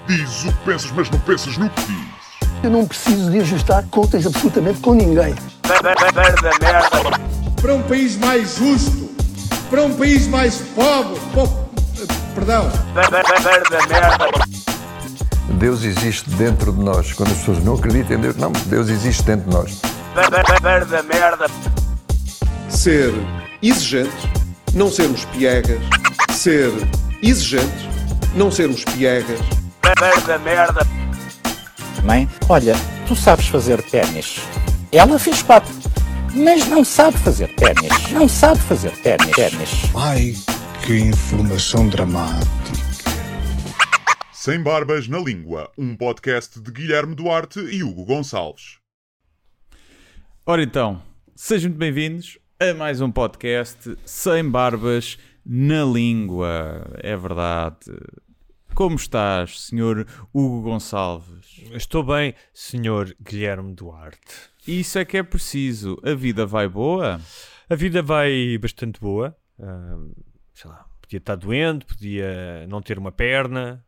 Dizes o que pensas, mas não pensas no que dizes. Eu não preciso de ajustar contas absolutamente com ninguém. Para um país mais justo, para um país mais pobre, perdão. Deus existe dentro de nós. Quando as pessoas não acreditam em Deus, não, Deus existe dentro de nós. Ser exigente, não sermos piegas. Ser exigente, não sermos piegas. Mãe, olha, tu sabes fazer ténis. Ela fez 4, mas não sabe fazer ténis. Não sabe fazer ténis. Ai, que informação dramática. Sem Barbas na Língua, um podcast de Guilherme Duarte e Hugo Gonçalves. Ora então, sejam muito bem-vindos a mais um podcast Sem Barbas na Língua. É verdade. Como estás, Sr. Hugo Gonçalves? Estou bem, Sr. Guilherme Duarte. Isso é que é preciso. A vida vai boa? A vida vai bastante boa. Sei lá, podia estar doente, podia não ter uma perna.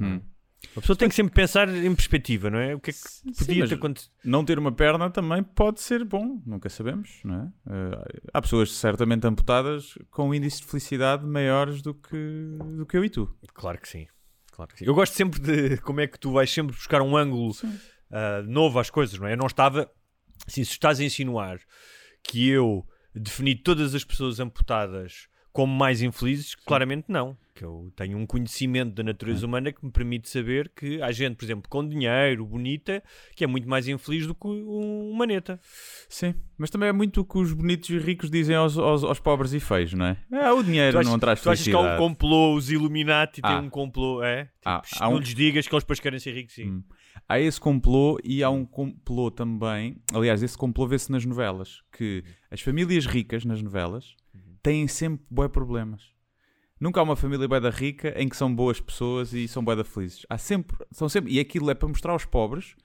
A pessoa tem que sempre pensar em perspectiva, não é? O que é que podia ter acontecido? Não ter uma perna também pode ser bom, nunca sabemos, não é? Há pessoas certamente amputadas com índices de felicidade maiores do que eu e tu. Claro que sim. Eu gosto sempre de como é que tu vais sempre buscar um ângulo novo às coisas, não é? Eu não estava... Assim, se estás a insinuar que eu defini todas as pessoas amputadas como mais infelizes, claramente não. Que eu tenho um conhecimento da natureza humana que me permite saber que há gente, por exemplo, com dinheiro, bonita, que é muito mais infeliz do que um maneta. Sim, mas também é muito o que os bonitos e ricos dizem aos pobres e feios, não é? O dinheiro não traz felicidade. Tu achas que há um complô, os Illuminati têm um complô, é? Tipo, não lhes digas que eles depois querem ser ricos, sim. Há esse complô e há um complô também, aliás, esse complô vê-se nas novelas, que as famílias ricas nas novelas têm sempre bué problemas. Nunca há uma família bué da rica em que são boas pessoas e são bué da felizes. São sempre, e aquilo é para mostrar aos pobres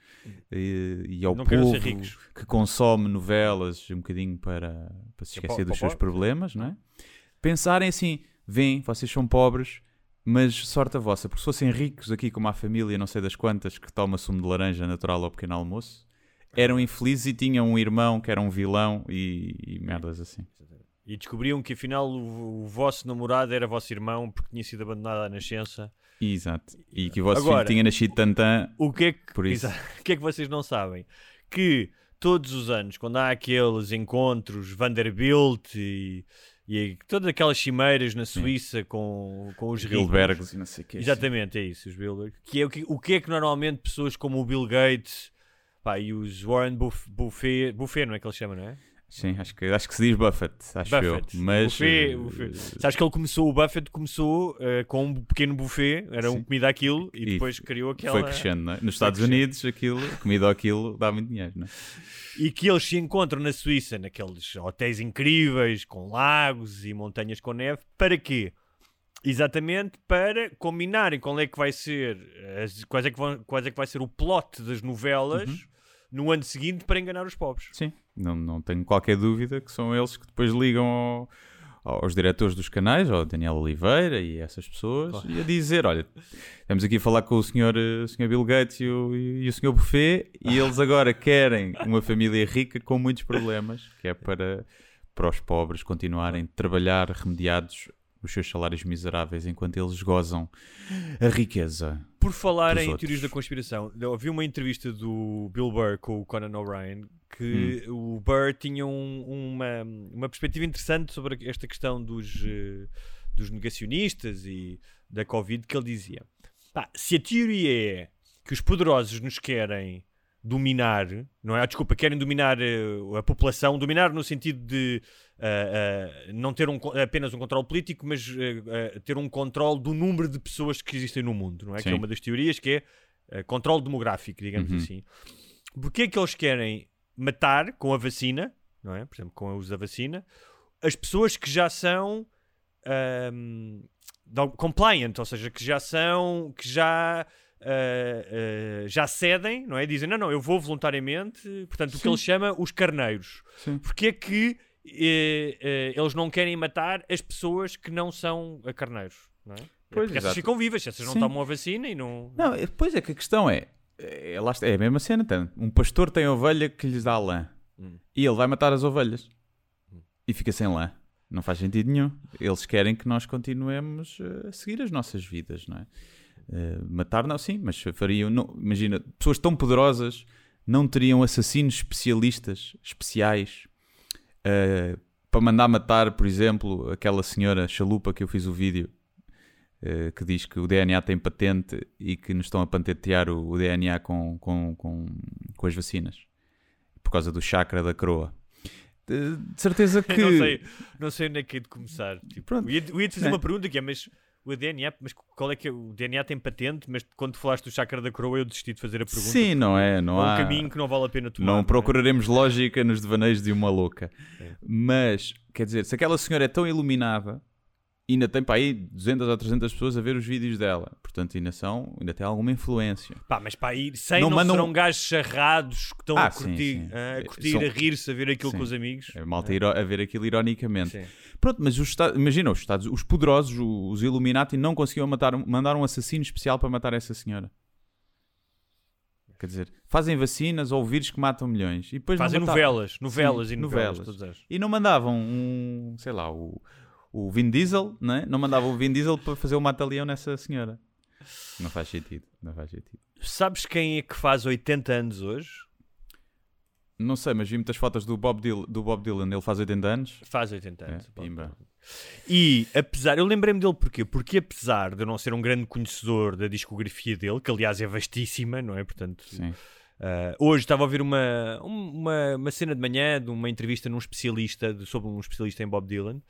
e ao povo que consome novelas um bocadinho para se esquecer dos seus problemas, não é? Pensarem assim, vocês são pobres, mas sorte a vossa, porque se fossem ricos aqui como a família, não sei das quantas, que toma sumo de laranja natural ao pequeno almoço, eram infelizes e tinham um irmão que era um vilão e merdas assim. E descobriam que afinal o vosso namorado era vosso irmão porque tinha sido abandonado à nascença. Exato. E que o vosso filho tinha nascido tantã. O que é que vocês não sabem? Que todos os anos, quando há aqueles encontros Vanderbilt e todas aquelas cimeiras na Suíça com os ricos. Bilderbergs e não sei o que. Exatamente, é isso, os Bilderberg. O que é que normalmente pessoas como o Bill Gates e os Warren Buffett, não é que ele chama, não é? Sim, acho que se diz Buffett, eu. Mas Buffett. Sabes que o Buffett começou com um pequeno buffet, era uma comida aquilo, e depois criou aquela... Foi crescendo, não é? Nos Estados Unidos, comida aquilo dá muito dinheiro, não é? E que eles se encontram na Suíça, naqueles hotéis incríveis, com lagos e montanhas com neve, para quê? Exatamente para combinarem qual é que vai ser, quais é que vai ser o plot das novelas no ano seguinte para enganar os pobres. Sim. Não tenho qualquer dúvida que são eles que depois ligam aos diretores dos canais, ao Daniel Oliveira e essas pessoas, e a dizer, olha, estamos aqui a falar com o Sr. Bill Gates e o Sr. Buffett, e eles agora querem uma família rica com muitos problemas, que é para os pobres continuarem a trabalhar remediados os seus salários miseráveis enquanto eles gozam a riqueza. Por falar em outros. teorias da conspiração, eu ouvi uma entrevista do Bill Burr com o Conan O'Brien que o Burr tinha uma perspectiva interessante sobre esta questão dos negacionistas e da Covid, que ele dizia: se a teoria é que os poderosos nos querem dominar, não é? Querem dominar a população, dominar no sentido de não ter apenas um controle político, mas ter um controle do número de pessoas que existem no mundo, não é? Que é uma das teorias, que é controle demográfico, digamos assim. Porque é que eles querem matar com a vacina, não é? Por exemplo, com o uso da vacina, as pessoas que já são compliant, ou seja, que já cedem, não é? Dizem, não, eu vou voluntariamente, portanto, o que ele chama os carneiros. Porque é que eles não querem matar as pessoas que não são carneiros, não é? Pois, Porque essas exato. ficam vivas, essas não Sim. tomam a vacina e não... Não, pois é que a questão lá está, é a mesma cena. Um pastor tem ovelha que lhes dá lã e ele vai matar as ovelhas e fica sem lã. Não faz sentido nenhum. Eles querem que nós continuemos a seguir as nossas vidas, não é? Matar não, sim, mas fariam... Não, imagina, pessoas tão poderosas não teriam assassinos especiais para mandar matar, por exemplo, aquela senhora chalupa que eu fiz o vídeo, que diz que o DNA tem patente e que nos estão a patentear o DNA com as vacinas por causa do chakra da coroa. De certeza que... não sei onde é que é de começar. Tipo, Pronto. eu ia te fazer uma pergunta que é, mas o DNA, mas qual é que é? O DNA tem patente, mas quando falaste do chakra da coroa eu desisti de fazer a pergunta. Sim, não há... um caminho que não vale a pena tomar. Não procuraremos lógica nos devaneios de uma louca. Mas, quer dizer, se aquela senhora é tão iluminada, ainda tem para aí 200 ou 300 pessoas a ver os vídeos dela. Portanto, ainda tem alguma influência. Pá, mas para ir 100 Não não mandam- serão gajos charrados que estão a curtir, sim. a curtir, São- a rir-se, a ver aquilo Sim. com os amigos. É malta a ver aquilo ironicamente. Sim. Pronto, mas imagina, os poderosos, os Illuminati, não conseguiam mandar um assassino especial para matar essa senhora. Quer dizer, fazem vacinas ou vírus que matam milhões. E depois Fazem não matavam. novelas Sim, e novelas. Todas as... E não mandavam sei lá, o Vin Diesel, não é? Não mandavam o Vin Diesel para fazer o mata-leão nessa senhora. Não faz sentido. Sabes quem é que faz 80 anos hoje? Não sei, mas vi muitas fotos do Bob Dylan. Ele faz 80 anos. Faz 80 anos. Pimba. E eu lembrei-me dele porquê? Porque apesar de eu não ser um grande conhecedor da discografia dele, que aliás é vastíssima, não é? Portanto, Sim. hoje estava a ouvir uma cena de manhã de uma entrevista sobre um especialista em Bob Dylan.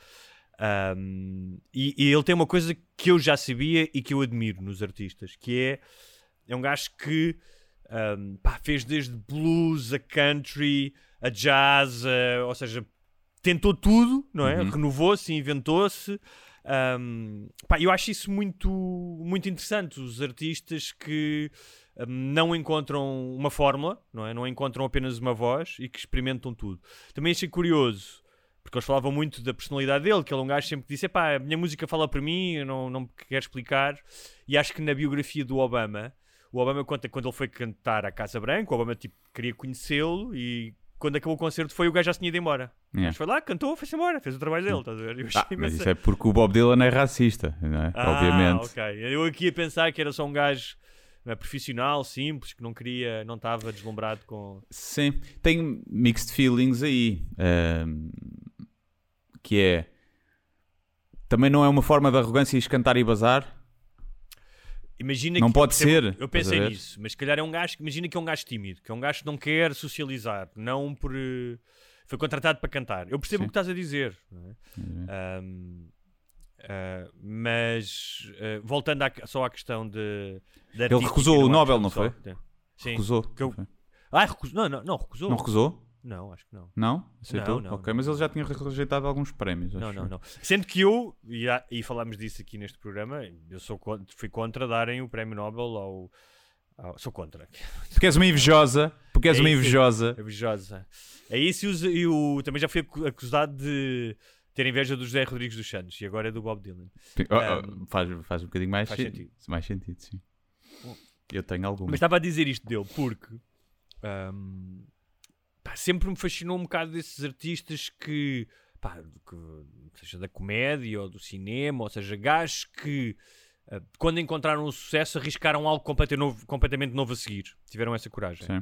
E ele tem uma coisa que eu já sabia e que eu admiro nos artistas, que é um gajo que fez desde blues a country a jazz, ou seja, tentou tudo, não é? Renovou-se, inventou-se. Eu acho isso muito, muito interessante, os artistas que não encontram uma fórmula, não é? Não encontram apenas uma voz e que experimentam tudo. Também achei curioso, porque eles falavam muito da personalidade dele, que ele é um gajo sempre que disse, a minha música fala para mim, eu não me quero explicar. E acho que na biografia do Obama, o Obama conta quando ele foi cantar à Casa Branca, o Obama queria conhecê-lo e quando acabou o concerto o gajo já se tinha ido embora. Mas foi lá, cantou, foi-se embora, fez o trabalho dele, estás a ver? Mas isso é porque o Bob Dylan é racista, não é? Obviamente. Ok. Eu aqui a pensar que era só um gajo profissional, simples, que não estava deslumbrado com... Sim, tem mixed feelings aí. Que é... Também não é uma forma de arrogância e cantar e bazar? Imagina não que pode ser. Eu pensei nisso, mas se calhar é um gajo, imagina que é um gajo tímido, que é um gajo que não quer socializar, não por... foi contratado para cantar. Eu percebo o que estás a dizer, não é? Mas voltando só à questão de ele recusou o Nobel, não foi? Sim. Recusou. Recusou. Não, recusou. Não recusou? Não, acho que não. Não? Aceitou? Não, ok, mas ele já tinha rejeitado alguns prémios. Não. Sendo que eu, e falámos disso aqui neste programa, eu fui contra darem o prémio Nobel ao... Sou contra. Porque és uma invejosa. Invejosa. É isso, também já fui acusado de ter inveja do José Rodrigues dos Santos e agora é do Bob Dylan. Faz um bocadinho mais sentido. Mais sentido, sim. Eu tenho alguma. Mas estava a dizer isto dele porque sempre me fascinou um bocado desses artistas que seja da comédia ou do cinema, ou seja, gajos que quando encontraram o sucesso arriscaram algo completamente novo a seguir, tiveram essa coragem. Sim.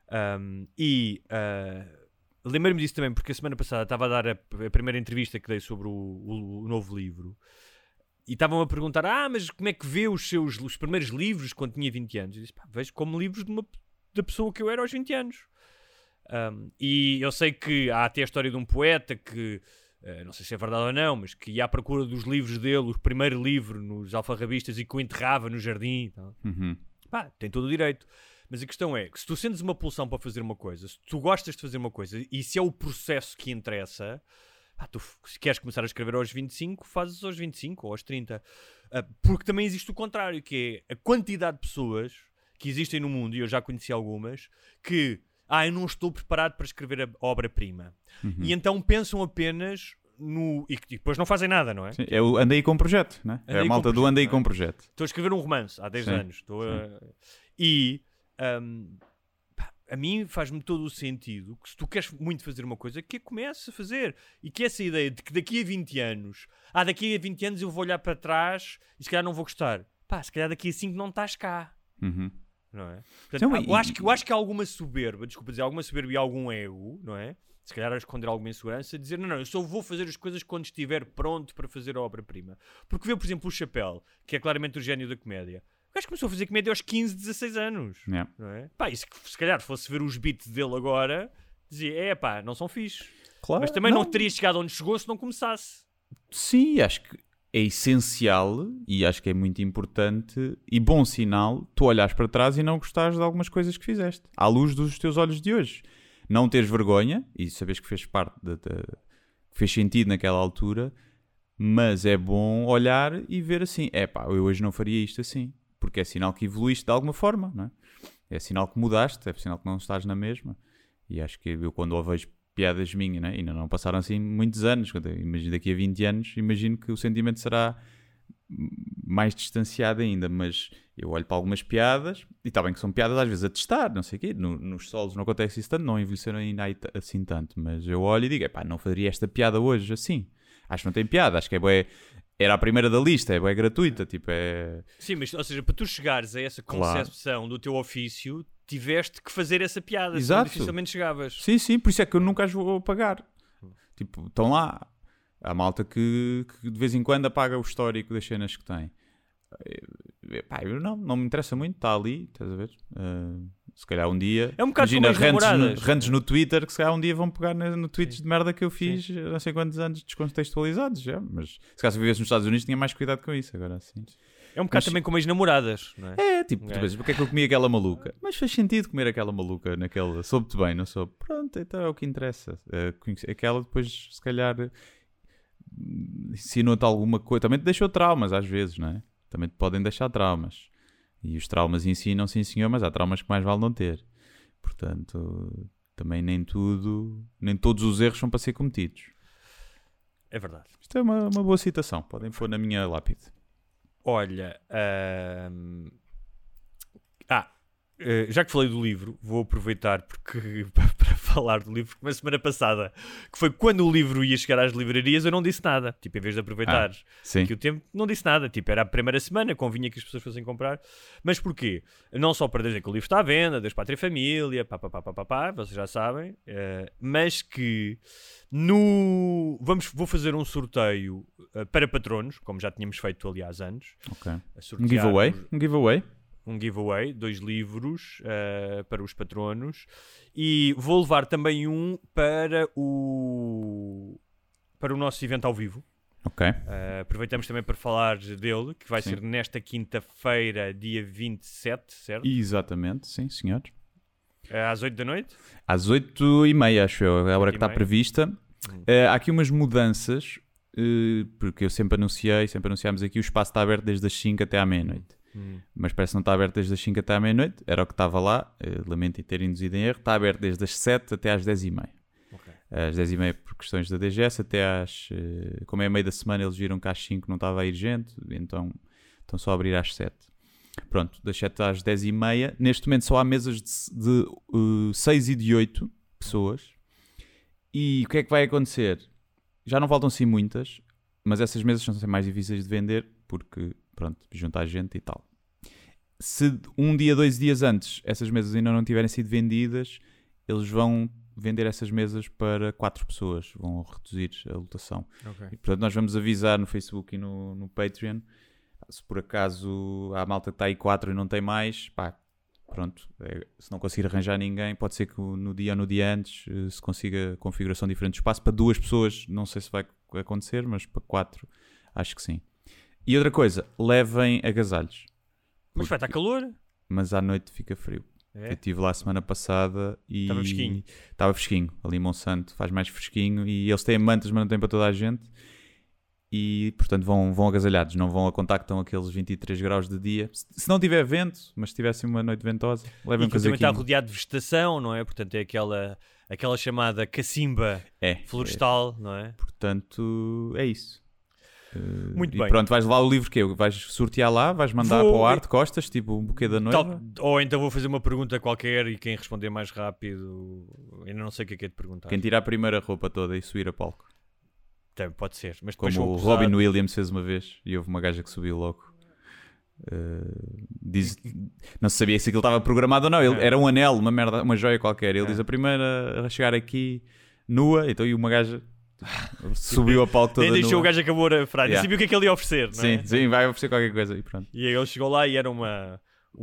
Lembrei-me disso também porque a semana passada estava a dar a primeira entrevista que dei sobre o novo livro e estavam a perguntar, mas como é que vê os primeiros livros quando tinha 20 anos? Eu disse, vejo como livros da pessoa que eu era aos 20 anos. E eu sei que há até a história de um poeta que, não sei se é verdade ou não, mas que ia à procura dos livros dele, o primeiro livro nos alfarrabistas e que o enterrava no jardim. Então, tem todo o direito. Mas a questão é que se tu sentes uma pulsão para fazer uma coisa, se tu gostas de fazer uma coisa e se é o processo que interessa, tu, se queres começar a escrever aos 25, fazes aos 25 ou aos 30. Porque também existe o contrário, que é a quantidade de pessoas que existem no mundo, e eu já conheci algumas, que eu não estou preparado para escrever a obra-prima. E então pensam apenas e depois não fazem nada, não é? Sim, é o Andei com projeto, né? É a malta do Andei com projeto. Estou a escrever um romance há 10 anos. A mim faz-me todo o sentido que se tu queres muito fazer uma coisa, que comece a fazer. E que essa ideia de que daqui a 20 anos, daqui a 20 anos eu vou olhar para trás e se calhar não vou gostar. Se calhar daqui a 5 não estás cá. Não é? Portanto, eu acho que há alguma soberba, alguma soberba e algum ego, não é? Se calhar a esconder alguma insegurança, dizer não, eu só vou fazer as coisas quando estiver pronto para fazer a obra-prima. Porque vê, por exemplo, o Chappelle, que é claramente o gênio da comédia. O gajo começou a fazer comédia aos 15, 16 anos. Yeah. Não é? E se calhar fosse ver os beats dele agora, dizia, não são fixe. Claro, mas também não teria chegado onde chegou se não começasse. Sim, acho que é essencial e acho que é muito importante e bom sinal tu olhares para trás e não gostares de algumas coisas que fizeste, à luz dos teus olhos de hoje. Não teres vergonha e saberes que fez parte que fez sentido naquela altura, mas é bom olhar e ver assim, eu hoje não faria isto assim, porque é sinal que evoluíste de alguma forma, não é? É sinal que mudaste, é sinal que não estás na mesma. E acho que eu quando eu vejo piadas minhas, né? Ainda não passaram assim muitos anos, imagino daqui a 20 anos, imagino que o sentimento será mais distanciado ainda, mas eu olho para algumas piadas e está bem que são piadas às vezes a testar, não sei o quê, nos solos não acontece isso tanto, não envelheceram ainda assim tanto, mas eu olho e digo, não faria esta piada hoje assim, acho que não tem piada, acho que era a primeira da lista, é gratuita, Sim, mas ou seja, para tu chegares a essa concepção do teu ofício, tiveste que fazer essa piada, exato. Senão dificilmente chegavas. Sim, por isso é que eu nunca as vou pagar. Estão lá. Há malta que de vez em quando apaga o histórico das cenas que tem. Eu não me interessa muito, está ali, estás a ver? Se calhar um dia... É um bocado como as namoradas. Rantes no Twitter, que se calhar um dia vão pegar no tweets de merda que eu fiz não sei quantos anos descontextualizados, mas se calhar se vivesse nos Estados Unidos tinha mais cuidado com isso, agora sim. É um bocado também como as namoradas, não é? Tu pensas, porque é que eu comi aquela maluca? Mas faz sentido comer aquela maluca naquela, soube-te bem, não soube? Pronto, então é o que interessa. Aquela depois, se calhar, ensinou-te alguma coisa, também te deixou traumas às vezes, não é? Também te podem deixar traumas. E os traumas ensinam, sim senhor, mas há traumas que mais vale não ter. Portanto, também nem todos os erros são para ser cometidos. É verdade. Isto é uma boa citação, podem pôr na minha lápide. Olha, já que falei do livro, vou aproveitar para falar do livro, como a semana passada, que foi quando o livro ia chegar às livrarias, eu não disse nada. Em vez de aproveitar que o tempo, não disse nada. Era a primeira semana, convinha que as pessoas fossem comprar. Mas porquê? Não só para dizer que o livro está à venda, Deus, Pátria e Família, vocês já sabem, mas que vou fazer um sorteio para patronos, como já tínhamos feito, aliás, antes. Ok. Um giveaway, 2 livros para os patronos, e vou levar também um para o nosso evento ao vivo. Ok. Aproveitamos também para falar dele, que vai ser nesta quinta-feira, dia 27, certo? Exatamente, sim, senhor. Às 8 da noite? Às 8h30, acho eu, é a hora que está prevista. Há aqui umas mudanças, porque sempre anunciámos aqui, o espaço está aberto desde as 5 até à meia-noite. Mas parece que não está aberto desde as 5 até à meia-noite, era o que estava lá, lamento ter induzido em erro, está aberto desde as 7 até às 10h30. Okay. Às 10h30 por questões da DGS, até às... como é meio da semana, eles viram que às 5 não estava a ir gente, então estão só a abrir às 7. Pronto, das 7 às 10h30, neste momento só há mesas de 6 e de 8 pessoas. E o que é que vai acontecer? Já não faltam assim muitas, mas essas mesas são sempre mais difíceis de vender, porque... pronto, juntar gente e tal. Se 2 dias antes essas mesas ainda não tiverem sido vendidas, eles vão vender essas mesas para 4 pessoas, vão reduzir a lotação. Okay. E, portanto, nós vamos avisar no Facebook e no Patreon. Se por acaso há malta que está aí 4 e não tem mais, pronto, se não conseguir arranjar ninguém, pode ser que no dia ou no dia antes se consiga configuração diferente de espaço. Para 2 pessoas, não sei se vai acontecer, mas para 4, acho que sim. E outra coisa, levem agasalhos. Mas vai estar calor? Mas à noite fica frio. Eu estive lá a semana passada e... Estava fresquinho. Estava fresquinho. Ali em Monsanto faz mais fresquinho e eles têm mantas, mas não têm para toda a gente. e portanto vão agasalhados, não vão a contacto, estão aqueles 23 graus de dia. Se não tiver vento, mas se tivesse uma noite ventosa, levem um casaquinho. E também está rodeado de vegetação, não é? Portanto é aquela chamada cacimba florestal, não é? Portanto é isso. Muito bem. E pronto, vais levar o livro que vais sortear lá, vais mandar para o ar de costas, tipo um buquê da noiva. Ou então vou fazer uma pergunta qualquer e quem responder mais rápido, ainda não sei o que é de perguntar. Quem tira a primeira roupa toda e subir a palco. Também pode ser. Mas como o Robin Williams fez uma vez e houve uma gaja que subiu logo. Não se sabia se aquilo estava programado ou não. Era um anel, uma merda, uma joia qualquer. Ele diz a primeira a chegar aqui nua, então e uma gaja subiu a palco toda nua. Nem deixou o gajo acabar a frase. Nem sabia o que é que ele ia oferecer, não é? Sim, vai oferecer qualquer coisa e pronto. E aí ele chegou lá e era uma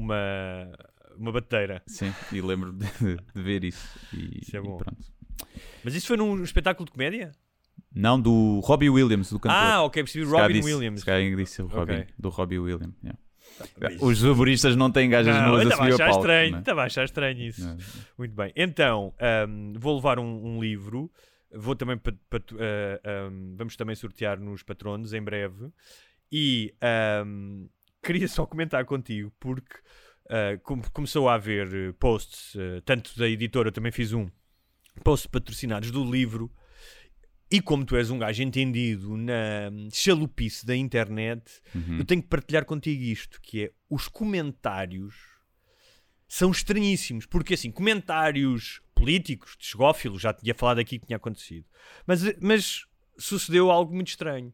batedeira. Sim, e lembro de ver isso. Isso é bom. E pronto. Mas isso foi num espetáculo de comédia? Não, do Robbie Williams, do cantor. Ok, percebi, Robin Williams. Se calhar disse o Robin, do Robbie Williams. Os humoristas não têm gajas nuas a subir a palco. Estava a achar estranho isso. Não. Muito bem. Então, vou levar um livro. Vou também vamos também sortear nos patronos em breve. E queria só comentar contigo, porque começou a haver posts, tanto da editora, eu também fiz posts patrocinados do livro. E como tu és um gajo entendido na chalupice da internet, eu tenho que partilhar contigo isto, que é os comentários são estranhíssimos. Porque assim, comentários políticos, de chegófilos, já tinha falado aqui que tinha acontecido. Mas sucedeu algo muito estranho.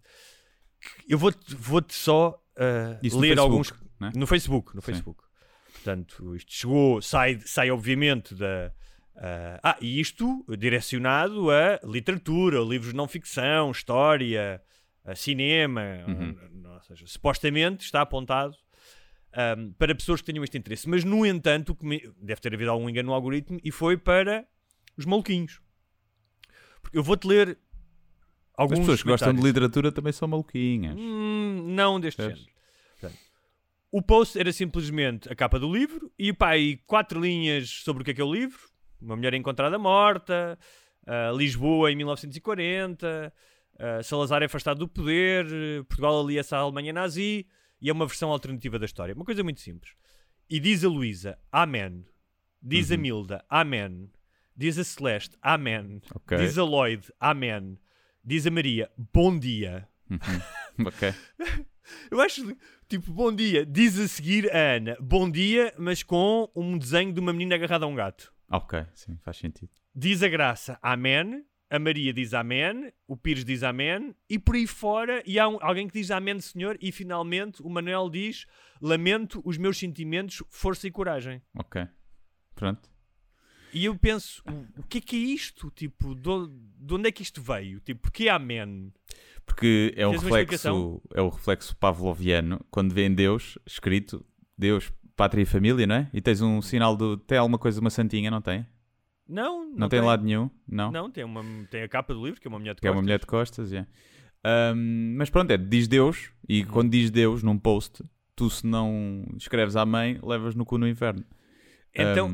Eu vou-te só ler alguns... Né? No Facebook. Portanto, isto chegou, sai obviamente da... e isto direcionado a literatura, livros de não ficção, história, cinema, ou seja, supostamente está apontado para pessoas que tenham este interesse, mas no entanto deve ter havido algum engano no algoritmo e foi para os maluquinhos. Porque eu vou-te ler alguns. As pessoas que gostam de literatura também são maluquinhas. Não deste género. Portanto, o post era simplesmente a capa do livro e 4 linhas sobre o que é o livro. Uma mulher encontrada morta, Lisboa em 1940, Salazar é afastado do poder, Portugal alia-se à Alemanha nazi, e é uma versão alternativa da história. Uma coisa muito simples. E diz a Luísa, amém. Diz a Milda, amém. Diz a Celeste, amém. Okay. Diz a Lloyd, amém. Diz a Maria, bom dia. Ok. Eu acho, tipo, bom dia. Diz a seguir a Ana, bom dia, mas com um desenho de uma menina agarrada a um gato. Ok, sim, faz sentido. Diz a Graça, amém. A Maria diz amém. O Pires diz amém. E por aí fora, e há alguém que diz amém, senhor. E finalmente o Manuel diz, lamento os meus sentimentos, força e coragem. Ok, pronto. E eu penso, o que é isto? Tipo, de onde é que isto veio? Tipo, porquê amém? Porque é o reflexo pavloviano, quando vem Deus, escrito, Deus, pátria e família, não é? E tens um sinal tem alguma coisa, uma santinha, não tem? Não tem lado nenhum? Não, tem a capa do livro, que é uma mulher de costas. Que é uma mulher de costas, mas pronto, diz Deus, e quando diz Deus num post, tu se não escreves amém, levas no cu no inferno. Então...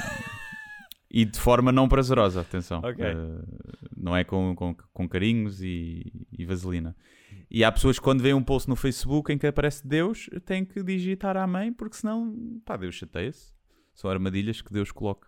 E de forma não prazerosa, atenção. Okay. Não é com carinhos e vaselina. E há pessoas que quando veem um post no Facebook em que aparece Deus, têm que digitar amém, porque senão, Deus chateia-se. São armadilhas que Deus coloca.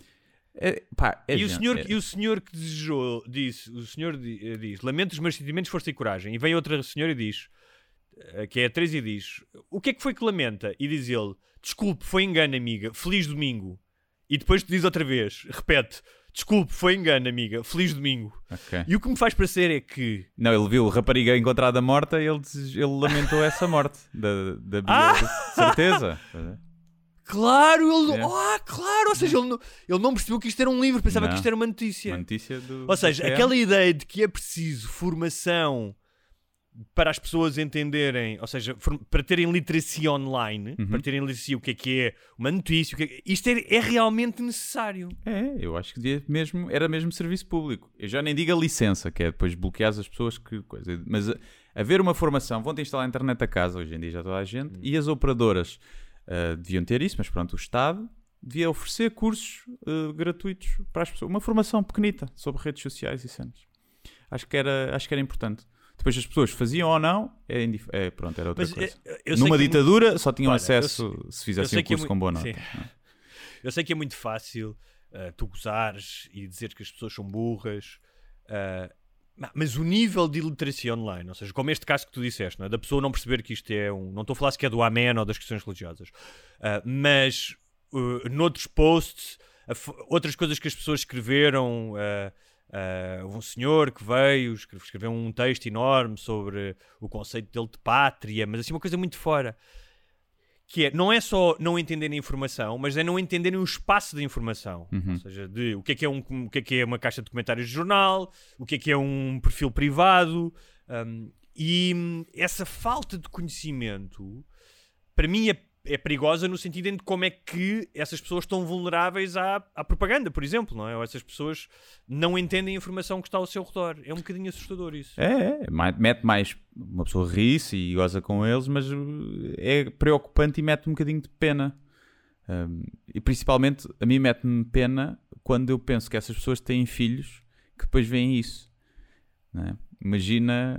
O senhor que desejou, disse, o senhor diz, lamento os meus sentimentos, força e coragem. E vem outra senhora e diz, que é a Teresa, e diz, o que é que foi que lamenta? E diz ele, desculpe, foi engano, amiga, feliz domingo. E depois te diz outra vez, repete, desculpe, foi engano, amiga, feliz domingo. Okay. E o que me faz parecer é que... Não, ele viu a rapariga encontrada morta e ele lamentou essa morte da Bia, certeza. Claro, claro, ou seja, ele não percebeu que isto era um livro, pensava que isto era uma notícia. Uma notícia do... Ou seja, aquela ideia de que é preciso formação para as pessoas entenderem, ou seja, para terem literacia online, para terem literacia o que é uma notícia, isto é realmente necessário. Eu acho que era mesmo serviço público. Eu já nem digo a licença, que é depois bloquear as pessoas, mas haver uma formação, vão-te instalar a internet a casa, hoje em dia já toda a gente, e as operadoras deviam ter isso, mas pronto, o Estado devia oferecer cursos gratuitos para as pessoas, uma formação pequenita sobre redes sociais e cenas. Acho que era importante. Depois as pessoas faziam ou não, pronto, era outra coisa. Numa ditadura só tinham acesso se fizessem o curso com boa nota. Eu sei que é muito fácil tu gozares e dizeres que as pessoas são burras, mas o nível de iliteracia online, ou seja, como este caso que tu disseste, não é? Da pessoa não perceber que isto é não estou a falar sequer do amén ou das questões religiosas, mas noutros posts, outras coisas que as pessoas escreveram, um senhor que veio escreveu um texto enorme sobre o conceito dele de pátria, mas assim uma coisa muito fora, que não é só não entenderem a informação, mas é não entenderem o espaço de informação. Ou seja, de o que é uma caixa de comentários de jornal, o que é um perfil privado, e essa falta de conhecimento para mim é perigosa no sentido de como é que essas pessoas estão vulneráveis à propaganda, por exemplo, não é? Ou essas pessoas não entendem a informação que está ao seu redor. É um bocadinho assustador isso. Mete mais... Uma pessoa ri-se e goza com eles, mas é preocupante e mete um bocadinho de pena. E principalmente, a mim mete-me pena quando eu penso que essas pessoas têm filhos que depois veem isso. Não é? Imagina...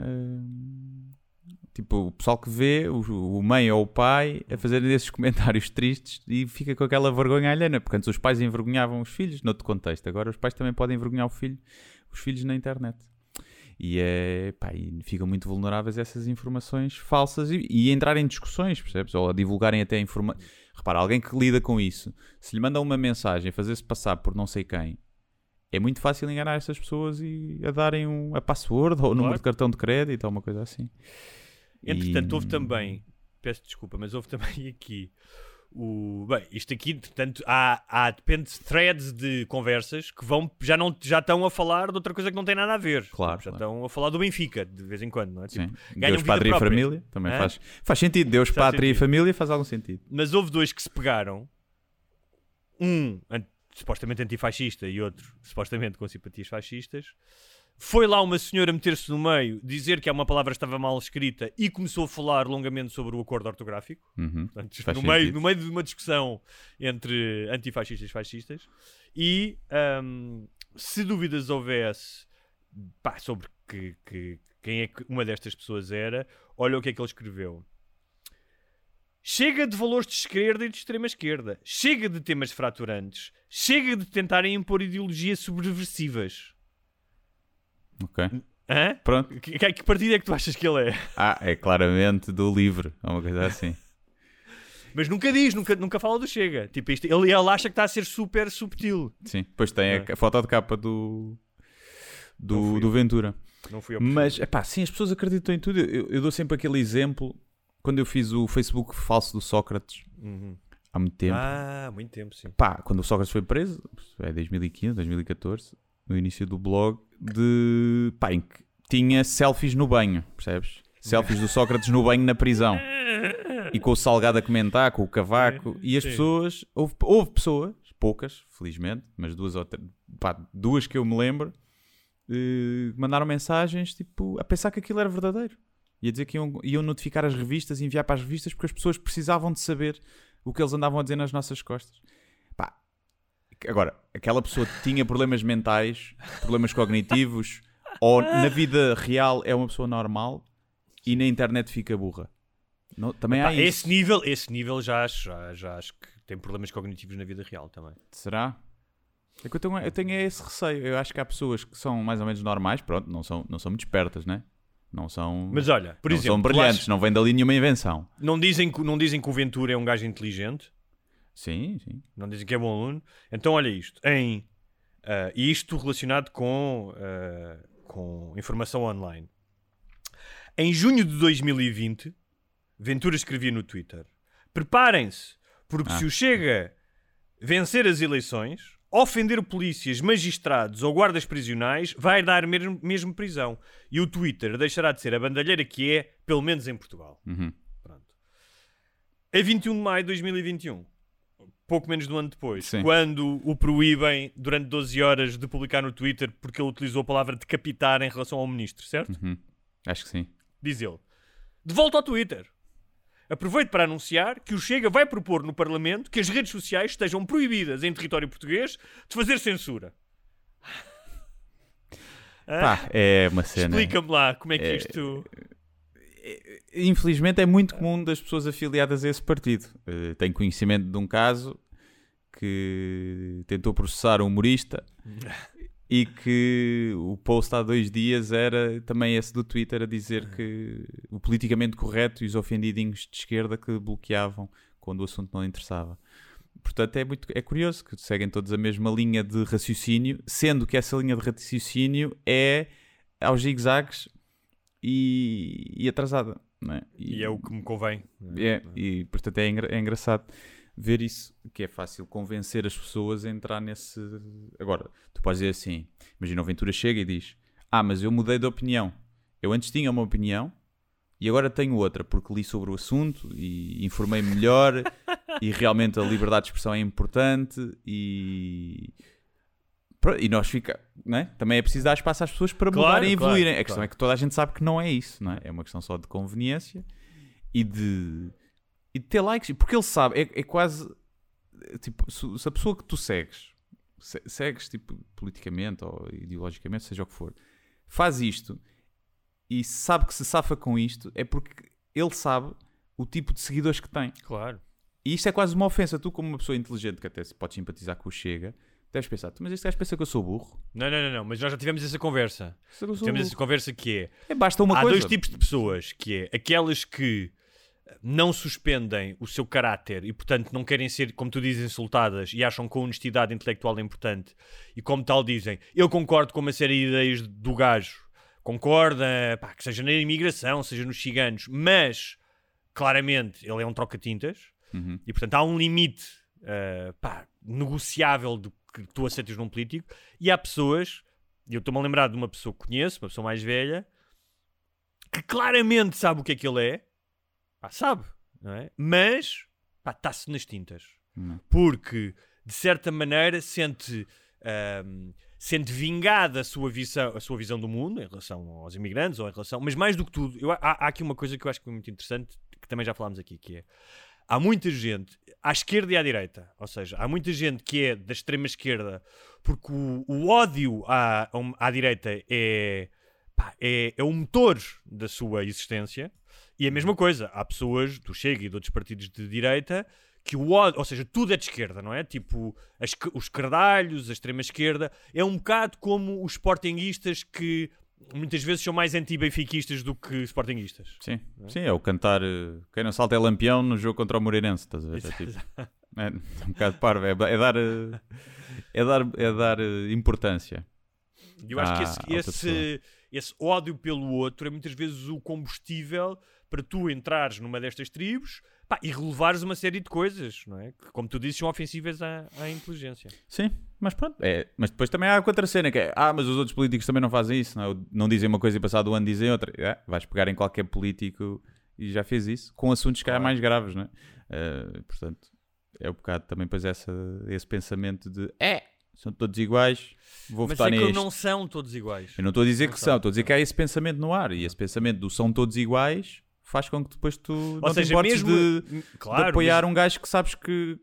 Tipo, o pessoal que vê o mãe ou o pai a fazerem esses comentários tristes e fica com aquela vergonha alheia, porque antes os pais envergonhavam os filhos, noutro contexto. Agora os pais também podem envergonhar os filhos na internet. E ficam muito vulneráveis a essas informações falsas e entrar em discussões, percebes? Ou a divulgarem até informações. Repara, alguém que lida com isso, se lhe manda uma mensagem, fazer-se passar por não sei quem, é muito fácil enganar essas pessoas e a darem a password ou o número de cartão de crédito ou uma coisa assim. Entretanto, houve também, peço desculpa, mas houve também aqui isto aqui, entretanto, depende de threads de conversas que já estão a falar de outra coisa que não tem nada a ver. Claro. Estão a falar do Benfica, de vez em quando, não é? Sim. Deus, Pátria e Família também faz sentido. Deus, Pátria e Família faz algum sentido. Mas houve dois que se pegaram, supostamente antifascista e outro supostamente com simpatias fascistas. Foi lá uma senhora meter-se no meio, dizer que uma palavra estava mal escrita e começou a falar longamente sobre o acordo ortográfico. Portanto, no meio de uma discussão entre antifascistas e fascistas. E se dúvidas houvesse sobre quem é que uma destas pessoas era, olha o que é que ele escreveu. Chega de valores de esquerda e de extrema esquerda. Chega de temas fraturantes. Chega de tentarem impor ideologias subversivas. Ok. Hã? Pronto. Que partido é que tu achas que ele é? É claramente do Livre, ou uma coisa assim. Mas nunca fala do Chega. Tipo, ele acha que está a ser super subtil. Sim, depois tem a foto de capa do Ventura. Não fui eu. Mas, sim, as pessoas acreditam em tudo. Eu dou sempre aquele exemplo, quando eu fiz o Facebook falso do Sócrates, há muito tempo. Muito tempo, sim. Quando o Sócrates foi preso, 2015, 2014... no início do blog, em que tinha selfies no banho, percebes? Selfies do Sócrates no banho na prisão. E com o Salgado a comentar, com o Cavaco. E as pessoas... Houve pessoas, poucas, felizmente, mas duas que eu me lembro, mandaram mensagens, tipo, a pensar que aquilo era verdadeiro. E a dizer que iam notificar as revistas e enviar para as revistas porque as pessoas precisavam de saber o que eles andavam a dizer nas nossas costas. Agora, aquela pessoa tinha problemas mentais, problemas cognitivos, ou na vida real é uma pessoa normal e na internet fica burra. Também há isso. Esse nível já acho que tem problemas cognitivos na vida real também. Será? É que eu tenho esse receio. Eu aque há pessoas que são mais ou menos normais, pronto, não são muito espertas, né? Não são. Mas olha, por exemplo, são brilhantes, não vem dali nenhuma invenção. Não dizem que o Ventura é um gajo inteligente? Sim. Não dizem que é bom aluno. Então olha isto. Isto relacionado com informação online. Em junho de 2020, Ventura escrevia no Twitter: preparem-se, porque se o Chega vencer as eleições, ofender polícias, magistrados ou guardas prisionais, vai dar mesmo prisão. E o Twitter deixará de ser a bandalheira que é, pelo menos em Portugal. Pronto. A 21 de maio de 2021... pouco menos de um ano depois, quando o proíbem durante 12 horas de publicar no Twitter porque ele utilizou a palavra decapitar em relação ao ministro, certo? Acho que sim. Diz ele: de volta ao Twitter. Aproveito para anunciar que o Chega vai propor no Parlamento que as redes sociais estejam proibidas em território português de fazer censura. Pá, é uma cena. Explica-me lá como é que isto... Infelizmente é muito comum das pessoas afiliadas a esse partido. Tenho conhecimento de um caso que tentou processar um humorista e que o post há 2 dias era também esse do Twitter a dizer que o politicamente correto e os ofendidinhos de esquerda que bloqueavam quando o assunto não interessava. Portanto, é curioso que seguem todos a mesma linha de raciocínio, sendo que essa linha de raciocínio é aos zigzags e atrasada. Não é? E é o que me convém. E portanto é engraçado ver isso, que é fácil convencer as pessoas a entrar nesse... Agora, tu podes dizer assim, imagina o Ventura chega e diz, mas eu mudei de opinião. Eu antes tinha uma opinião e agora tenho outra, porque li sobre o assunto e informei-me melhor e realmente a liberdade de expressão é importante e nós não é? Também é preciso dar espaço às pessoas para mudarem e evoluírem. A questão é que toda a gente sabe que não é isso, não é? É uma questão só de conveniência e de ter likes, porque ele sabe, é quase tipo, se a pessoa que tu segues tipo, politicamente ou ideologicamente, seja o que for, faz isto e sabe que se safa com isto, é porque ele sabe o tipo de seguidores que tem. Claro. E isto é quase uma ofensa. Tu, como uma pessoa inteligente que até se pode simpatizar com o Chega, deves pensar, mas este gajo pensa que eu sou burro. Não, mas nós já tivemos essa conversa. Essa conversa que basta uma coisa. Há 2 tipos de pessoas, que é aquelas que não suspendem o seu caráter e, portanto, não querem ser, como tu dizes, insultadas e acham que a honestidade intelectual é importante e, como tal, dizem, eu concordo com uma série de ideias do gajo, concorda, que seja na imigração, seja nos ciganos, mas, claramente, ele é um troca-tintas e, portanto, há um limite negociável do que tu aceitas num político, e há pessoas, e eu estou-me a lembrar de uma pessoa que conheço, uma pessoa mais velha, que claramente sabe o que é que ele é, sabe, não é? Mas está-se nas tintas, porque de certa maneira sente vingada a sua visão do mundo em relação aos imigrantes, ou em relação, mas mais do que tudo, há aqui uma coisa que eu acho que é muito interessante, que também já falámos aqui, que é, há muita gente à esquerda e à direita, ou seja, há muita gente que é da extrema esquerda porque o ódio à direita é o motor da sua existência. E a mesma coisa, há pessoas do Chega e de outros partidos de direita que o ódio, ou seja, tudo é de esquerda, não é? Tipo, os esquerdalhos, a extrema esquerda, é um bocado como os sportinguistas que muitas vezes são mais anti-benfiquistas do que sportinguistas. Sim, sim, é o cantar quem não salta é lampião no jogo contra o Moreirense, estás a ver? É um bocado parvo, é dar importância. Eu acho que esse ódio pelo outro é muitas vezes o combustível para tu entrares numa destas tribos e relevares uma série de coisas, não é? Que, como tu dizes, são ofensivas à inteligência. Sim, mas pronto. Mas depois também há a outra cena que é mas os outros políticos também não fazem isso, não dizem uma coisa e passado o ano dizem outra. Vais pegar em qualquer político e já fez isso, com assuntos que há mais graves, não é? Portanto, é um bocado também depois esse pensamento de são todos iguais, vou votar neste. Mas é que não são todos iguais. Eu não estou a dizer que são, estou a dizer que há esse pensamento no ar. E esse pensamento do são todos iguais faz com que depois tu não te importes de apoiar um gajo que sabes que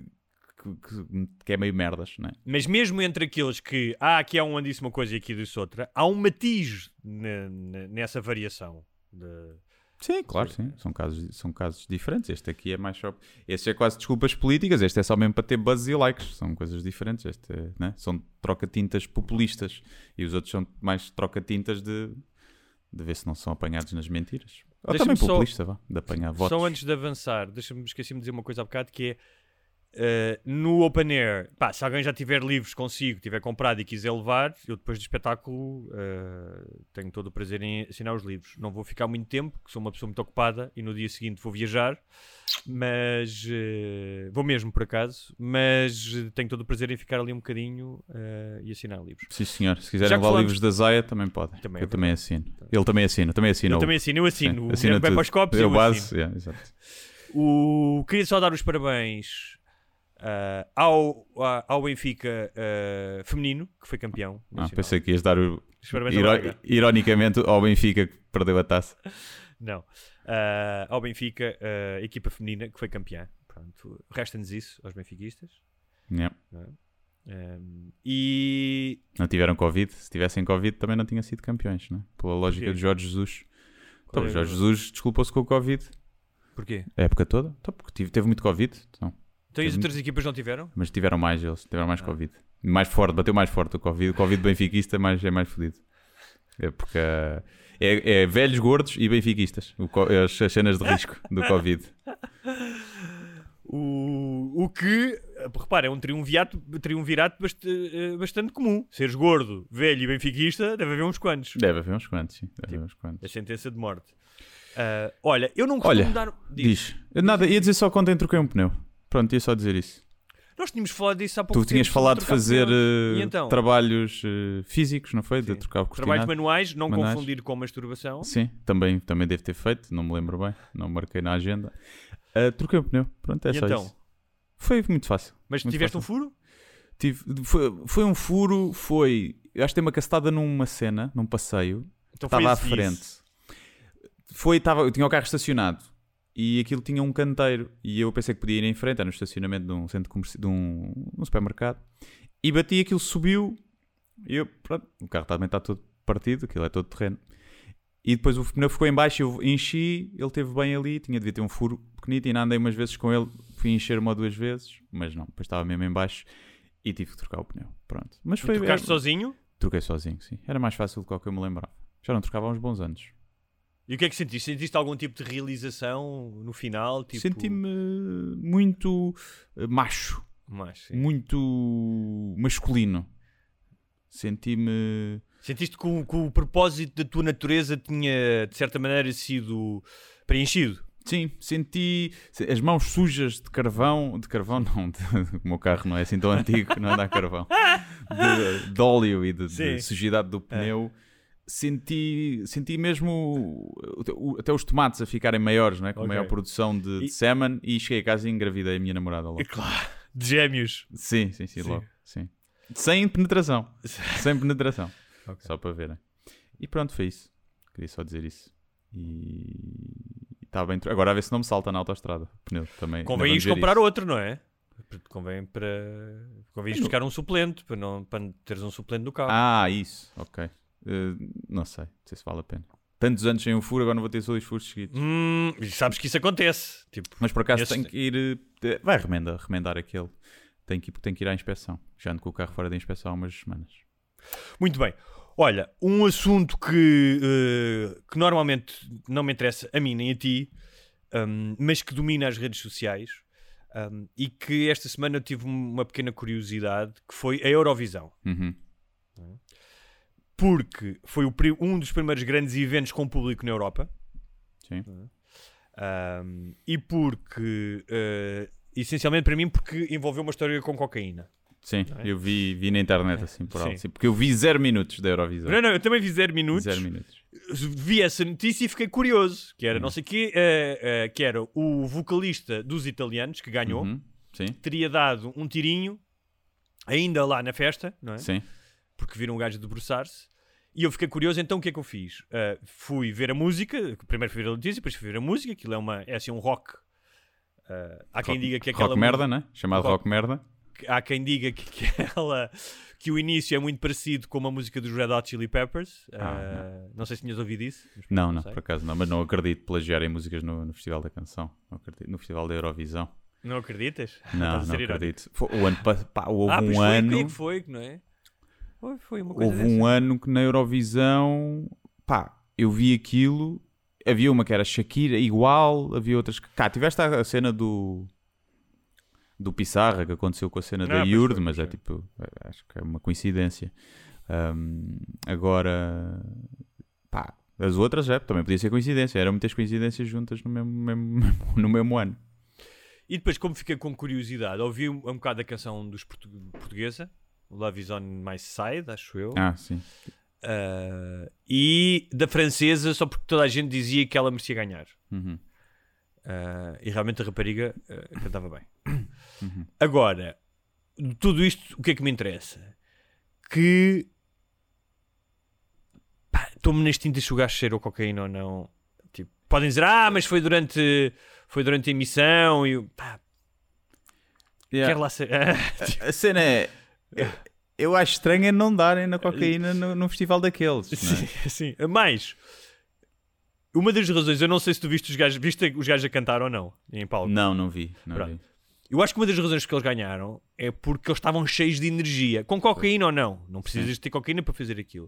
é meio merdas, não é? Mas mesmo entre aqueles que aqui há um disse uma coisa e aqui disse outra, há um matiz nessa variação. Sim, claro, sim. São casos diferentes. Este aqui é mais só... Este é quase desculpas políticas. Este é só mesmo para ter buzz e likes. São coisas diferentes. Este né? São troca-tintas populistas. E os outros são mais troca-tintas de ver se não são apanhados nas mentiras. Ou também populista, de apanhar votos. Só antes de avançar, esqueci-me de dizer uma coisa há bocado, que é no Open Air, se alguém já tiver livros consigo, tiver comprado e quiser levar, eu depois do espetáculo tenho todo o prazer em assinar os livros. Não vou ficar muito tempo, porque sou uma pessoa muito ocupada e no dia seguinte vou viajar, mas vou mesmo por acaso, mas tenho todo o prazer em ficar ali um bocadinho e assinar livros. Sim senhor, se quiserem levar livros da Zaya também podem, eu também assino. Ele também assina, eu assino. Vai para os copos e eu assino. Exato. Queria só dar os parabéns ao Benfica feminino, que foi campeão. Pensei que ias dar ironicamente ao Benfica que perdeu a taça. Não. Ao Benfica, equipa feminina que foi campeã. Pronto, resta-nos isso aos benfiquistas. Yeah. E Não tiveram Covid. Se tivessem Covid também não tinham sido campeões, né? Pela lógica de Jorge Jesus. Então, Jorge Jesus desculpou-se com o Covid. Porquê? A época toda? Então, porque teve muito Covid. Então e as outras equipas não tiveram? Mas tiveram mais Covid. Mais forte, bateu mais forte o Covid. O Covid benfiquista é mais fodido. É porque é velhos, gordos e benfiquistas. As cenas de risco do Covid. O que, repara, é um triunvirato bastante comum. Seres gordo, velho e benfiquista, deve haver uns quantos. Deve haver uns quantos, sim. Deve haver uns quantos. A sentença de morte. Olha, eu não costumo dar... Diz. Nada, ia dizer só que ontem troquei um pneu. Pronto, ia só dizer isso. Nós tínhamos falado disso há pouco tempo. Tu tinhas falado de fazer então? trabalhos físicos, não foi? Sim. De trocar o cortinado. Trabalhos manuais, não confundir com masturbação. Sim, também devo ter feito, não me lembro bem, não marquei na agenda. Troquei o pneu, pronto, é só então? isso. Foi muito fácil. Mas muito tiveste fácil. um furo? Foi um furo, eu acho que tem uma cacetada numa cena, num passeio, Então estava à frente. Eu tinha o carro estacionado e aquilo tinha um canteiro e eu pensei que podia ir em frente, era no estacionamento de um centro comercial, de um supermercado, e bati, aquilo subiu e pronto, o carro também está todo partido, aquilo é todo terreno. E depois o pneu ficou em baixo, eu enchi, ele esteve bem ali, devia ter um furo pequenito, e ainda andei umas vezes com ele, fui encher uma ou duas vezes, mas não, depois estava mesmo em baixo e tive que trocar o pneu, pronto. Mas foi... Trocaste sozinho? Troquei sozinho, sim. Era mais fácil do que o que eu me lembrava. Já não trocava há uns bons anos. E o que é que sentiste? Sentiste algum tipo de realização no final? Tipo... Senti-me muito macho. Muito masculino. Senti-me... Sentiste que o propósito da tua natureza tinha, de certa maneira, sido preenchido? Sim, senti as mãos sujas de carvão não, o meu carro não é assim tão antigo, não anda a carvão, de óleo e de sujidade do pneu. Senti mesmo até os tomates a ficarem maiores, não é? Com maior produção de sêmen, e cheguei a casa e engravidei a minha namorada logo. Claro, de gêmeos. Sim, logo. Sim. Sem penetração. Okay. Só para verem. E pronto, foi isso. Queria só dizer isso. E está bem. Agora a ver se não me salta na autoestrada. Pneu também. Convém ir comprar outro, não é? Convém ir buscar um suplente para teres um suplente do carro. Ah, isso. Ok. Não sei se vale a pena. Tantos anos sem um furo, agora não vou ter só 2 furos seguidos. Sabes que isso acontece. Mas por acaso tem que ir. Vai remendar aquele. Tem que ir à inspeção. Já ando com o carro fora da inspeção há umas semanas. Muito bem. Olha, um assunto que normalmente não me interessa a mim nem a ti, mas que domina as redes sociais, e que esta semana eu tive uma pequena curiosidade, que foi a Eurovisão. Uhum. Porque foi um dos primeiros grandes eventos com público na Europa. Sim. E porque, essencialmente para mim, porque envolveu uma história com cocaína. Sim, eu vi na internet assim por alto. Porque eu vi 0 minutos da Eurovisão. Não, eu também vi 0 minutos. 0 minutos. Vi essa notícia e fiquei curioso. Que era não sei o quê, que era o vocalista dos italianos que ganhou. Sim. Teria dado um tirinho ainda lá na festa, não é? Sim. Porque viram um gajo debruçar-se. E eu fiquei curioso, então o que é que eu fiz? Fui ver a música, primeiro fui ver a notícia, depois fui ver a música. Aquilo é assim um rock. Há quem diga que aquela rock merda, né? Chamado rock merda. Há quem diga que o início é muito parecido com uma música dos Red Hot Chili Peppers. Não sei se tinhas ouvido isso. Não, por acaso não. Mas não acredito plagiarem músicas no Festival da Canção. Não acredito. No Festival da Eurovisão. Não acreditas? Não acredito. Houve um ano... Quem foi, não é? Foi uma coisa houve um ano que na Eurovisão... eu vi aquilo... Havia uma que era Shakira, igual. Havia outras que... tiveste a cena do Pissarra, que aconteceu com a cena da Yurde, mas é tipo... Acho que é uma coincidência. Agora... as outras também podia ser coincidência. Eram muitas coincidências juntas no mesmo ano. E depois, como fiquei com curiosidade, ouvi um bocado da canção dos portuguesa, Love is on my side, acho eu. Sim. E da francesa, só porque toda a gente dizia que ela merecia ganhar. Uhum. E realmente a rapariga cantava bem. Uhum. Agora, de tudo isto, o que é que me interessa? Que estou-me neste instinto de enxugar se cheirou cocaína ou não. Tipo, podem dizer, mas foi durante a emissão e quero lá ser. A cena é, Eu acho estranho é não darem na cocaína num festival daqueles. Não é? Sim. Mas, uma das razões, eu não sei se tu viste os gajos a cantar ou não, em palco. Não vi. Não vi. Eu acho que uma das razões que eles ganharam é porque eles estavam cheios de energia. Com cocaína ou não. Não precisas ter cocaína para fazer aquilo.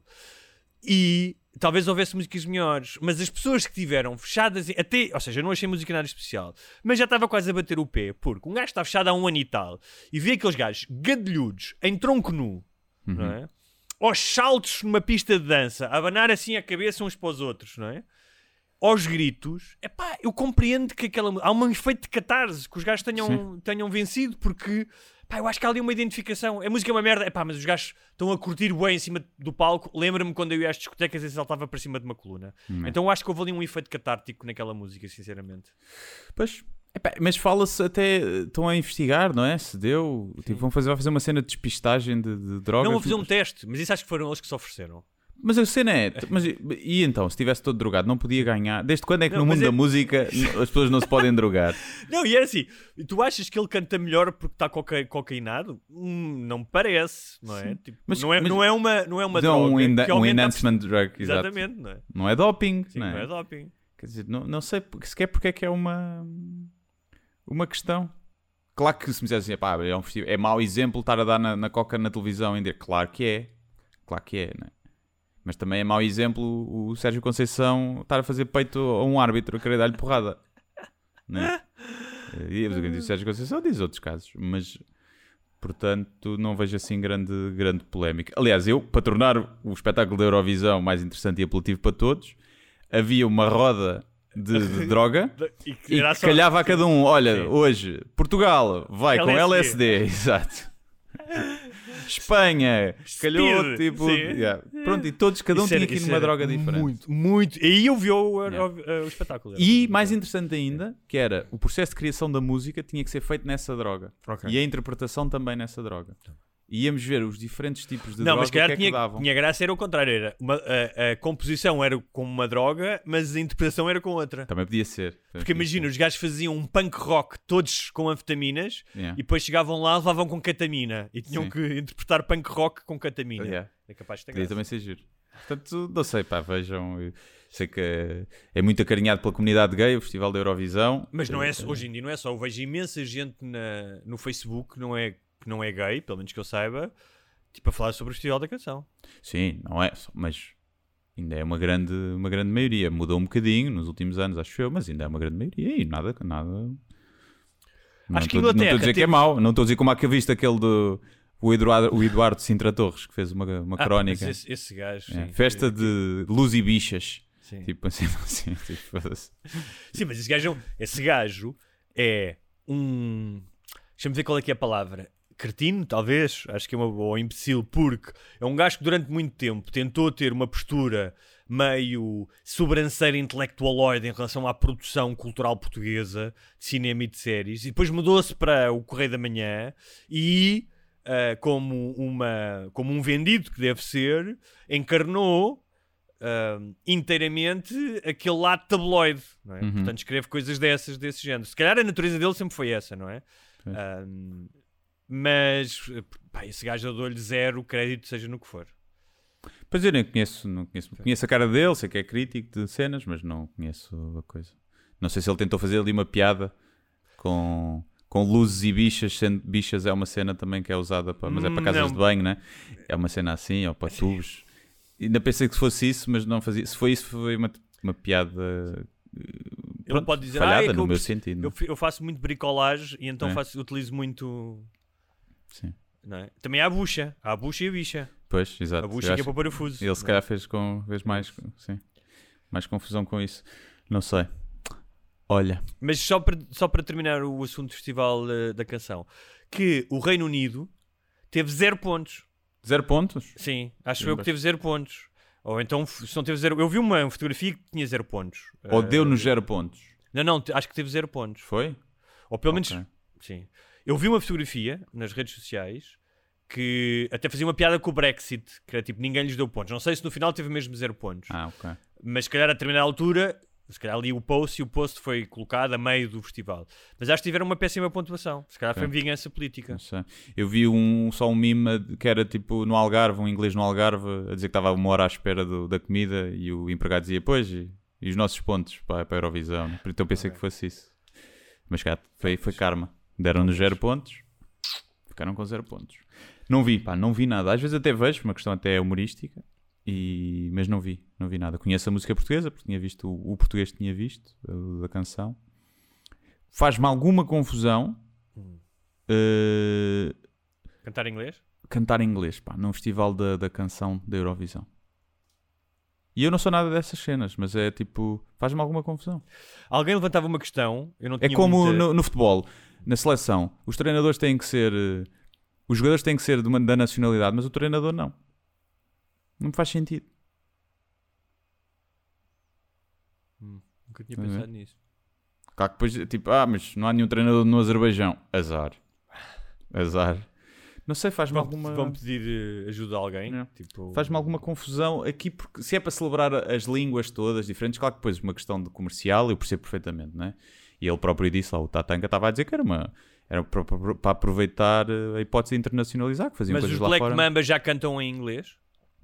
E talvez houvesse músicas melhores. Mas as pessoas que tiveram fechadas... Ou seja, eu não achei música nada especial. Mas já estava quase a bater o pé. Porque um gajo está fechado há 1 ano e tal. E vê aqueles gajos gadilhudos, em tronco nu. Não é? Aos saltos numa pista de dança. A abanar assim a cabeça uns para os outros. Não é? Aos gritos, eu compreendo que há um efeito de catarse, que os gajos tenham vencido, porque eu acho que há ali uma identificação. A música é uma merda, mas os gajos estão a curtir bem em cima do palco. Lembra-me quando eu ia às discotecas e saltava para cima de uma coluna. Então eu acho que houve ali um efeito catártico naquela música, sinceramente. Pois, mas fala-se até, estão a investigar, não é? Se deu, tipo, vai fazer uma cena de despistagem de drogas. Não vou fazer um teste, mas isso acho que foram eles que se ofereceram. Mas a cena é... E então, se estivesse todo drogado, não podia ganhar? Desde quando é que no mundo da música as pessoas não se podem drogar? Não, e era assim, tu achas que ele canta melhor porque está cocainado? Não me parece, não é? Tipo, não é uma droga. Um enhancement drug, exatamente, não é? Não é doping. Sim, não é doping. Quer dizer, não sei sequer porque é que é uma questão. Claro que se me dissessem assim, é mau exemplo estar a dar na coca na televisão ainda. Claro que é, não é? Mas também é mau exemplo o Sérgio Conceição estar a fazer peito a um árbitro a querer dar-lhe porrada. Não é? E o Sérgio Conceição diz outros casos. Mas, portanto, não vejo assim grande polémica. Aliás, para tornar o espetáculo da Eurovisão mais interessante e apelativo para todos, havia uma roda de droga e calhava a cada um. Olha, hoje, Portugal vai com LSD. Exato. Espanha, calhou, tipo... Pronto, e todos, cada um tinha aqui numa droga diferente. Muito. E aí eu vi o espetáculo. E, mais interessante ainda, que era, o processo de criação da música tinha que ser feito nessa droga. Okay. E a interpretação também nessa droga. E íamos ver os diferentes tipos de droga, mas o que é que davam. Tinha graça, era o contrário. Era a composição era com uma droga, mas a interpretação era com outra. Também podia ser. Porque imagina, os gajos faziam um punk rock todos com anfetaminas e depois chegavam lá e levavam com ketamina. E tinham que interpretar punk rock com ketamina. É capaz de ter graça. Podia também ser giro. Portanto, não sei, vejam... Sei que é muito acarinhado pela comunidade gay, o Festival da Eurovisão. Mas não é, hoje em dia não é só. Eu vejo imensa gente no Facebook, que não é gay, pelo menos que eu saiba, tipo, a falar sobre o Festival da Canção. Sim, não é, mas ainda é uma grande maioria. Mudou um bocadinho nos últimos anos, acho eu, mas ainda é uma grande maioria e nada. Acho que não estou a dizer que é mau, não estou a dizer como há que visto aquele do o Eduardo Sintra Torres, que fez uma crónica. Esse gajo, sim. Festa de luz e bichas. Sim. Tipo assim, tipo, sim, mas esse gajo é um... Deixa-me ver qual é que é a palavra. Cretino, talvez, acho que é ou imbecil, porque é um gajo que durante muito tempo tentou ter uma postura meio sobranceira intelectualoide em relação à produção cultural portuguesa de cinema e de séries, e depois mudou-se para o Correio da Manhã e, como um vendido que deve ser, encarnou inteiramente aquele lado tabloide, não é? Portanto, escreve coisas desse género. Se calhar a natureza dele sempre foi essa, não é? Mas esse gajo eu dou-lhe 0 crédito, seja no que for. Pois eu nem conheço a cara dele, sei que é crítico de cenas, mas não conheço a coisa. Não sei se ele tentou fazer ali uma piada com luzes e bichas, sendo bichas é uma cena também que é usada mas é para casas de banho, né? É uma cena assim, ou para tubos. Ainda pensei que fosse isso, mas não fazia. Se foi isso, foi uma piada. Ele pode dizer, falhada no meu sentido. Eu faço muito bricolagem e então utilizo muito. Sim. Não é? Também há a bucha e a bicha. Pois, exato. A bucha que é para o parafuso. Ele se calhar fez mais confusão com isso. Não sei. Olha. Mas só para terminar o assunto do Festival da Canção, que o Reino Unido teve 0 pontos. 0 pontos? Sim, acho eu que teve 0 pontos. Ou então, se não teve 0... Eu vi uma fotografia que tinha 0 pontos. Ou deu-nos 0 pontos? Não, acho que teve 0 pontos. Foi? Ou pelo menos... Sim. Eu vi uma fotografia nas redes sociais que até fazia uma piada com o Brexit, que era tipo, ninguém lhes deu pontos. Não sei se no final teve mesmo 0 pontos. Ok. Mas se calhar a determinada altura Se calhar li o post e o post foi colocado a meio do festival. Mas acho que tiveram uma péssima pontuação. Se calhar foi vingança política. Não sei. Eu vi só um meme que era tipo no Algarve, um inglês no Algarve, a dizer que estava 1 hora à espera da comida e o empregado dizia, pois, e os nossos pontos para a Eurovisão. Né? Então pensei que fosse isso. Mas cá, foi karma. Deram-nos 0 pontos, ficaram com 0 pontos. Não vi nada. Às vezes até vejo, uma questão até humorística. Mas não vi nada. Conheço a música portuguesa porque tinha visto o português que tinha visto da canção. Faz-me alguma confusão Cantar em inglês? Cantar em inglês, num festival da canção da Eurovisão. E eu não sou nada dessas cenas, mas é tipo, faz-me alguma confusão. Alguém levantava uma questão, eu não tinha é como muita... no futebol, na seleção, os treinadores têm que ser, os jogadores têm que ser da nacionalidade, mas o treinador não. Não me faz sentido. Nunca tinha pensado nisso. Claro que depois, tipo, mas não há nenhum treinador no Azerbaijão. Azar. Não sei, faz-me alguma... Vão pedir ajuda a alguém? É. Tipo... Faz-me alguma confusão aqui, porque se é para celebrar as línguas todas diferentes, claro que depois uma questão de comercial, eu percebo perfeitamente, não é? E ele próprio disse lá, o Tatanka estava a dizer que era para aproveitar a hipótese de internacionalizar, que faziam coisas lá fora. Mas os Black Mamba já cantam em inglês?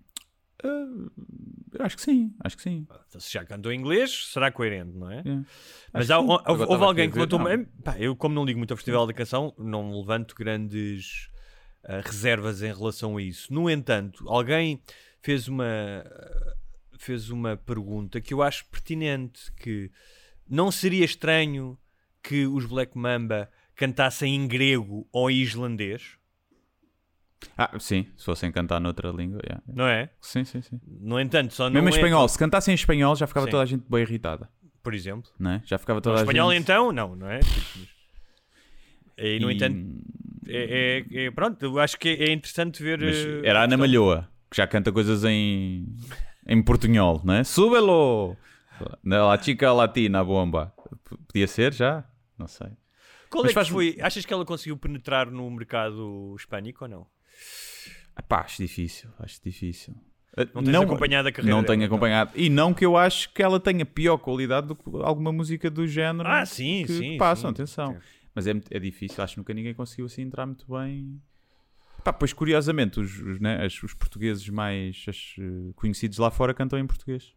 Acho que sim. Se já cantou em inglês, será coerente, não é? Mas houve alguém que levantou... Eu, como não ligo muito ao Festival da Canção, não levanto grandes reservas em relação a isso. No entanto, alguém fez uma pergunta que eu acho pertinente, que não seria estranho que os Black Mamba cantassem em grego ou em islandês? Sim, se fossem cantar noutra língua, yeah. Não é? Sim. No entanto, só não mesmo em é... espanhol, se cantassem em espanhol já ficava toda a gente bem irritada. Por exemplo. Não é? Já ficava toda a espanhol gente... então, não é? E, no entanto, pronto, eu acho que é interessante ver... Mas era a Ana Malhoa, que já canta coisas em portunhol, não é? Súbelo! La chica latina bomba. Podia ser já? Não sei. Qual é que foi? Achas que ela conseguiu penetrar no mercado hispânico ou não? Acho difícil. Não tens acompanhado a carreira? Não tenho acompanhado. E não que eu acho que ela tenha pior qualidade do que alguma música do género que passam, atenção. Sim. Mas é difícil, acho que nunca ninguém conseguiu assim entrar muito bem. Pois curiosamente, os portugueses mais conhecidos lá fora cantam em português.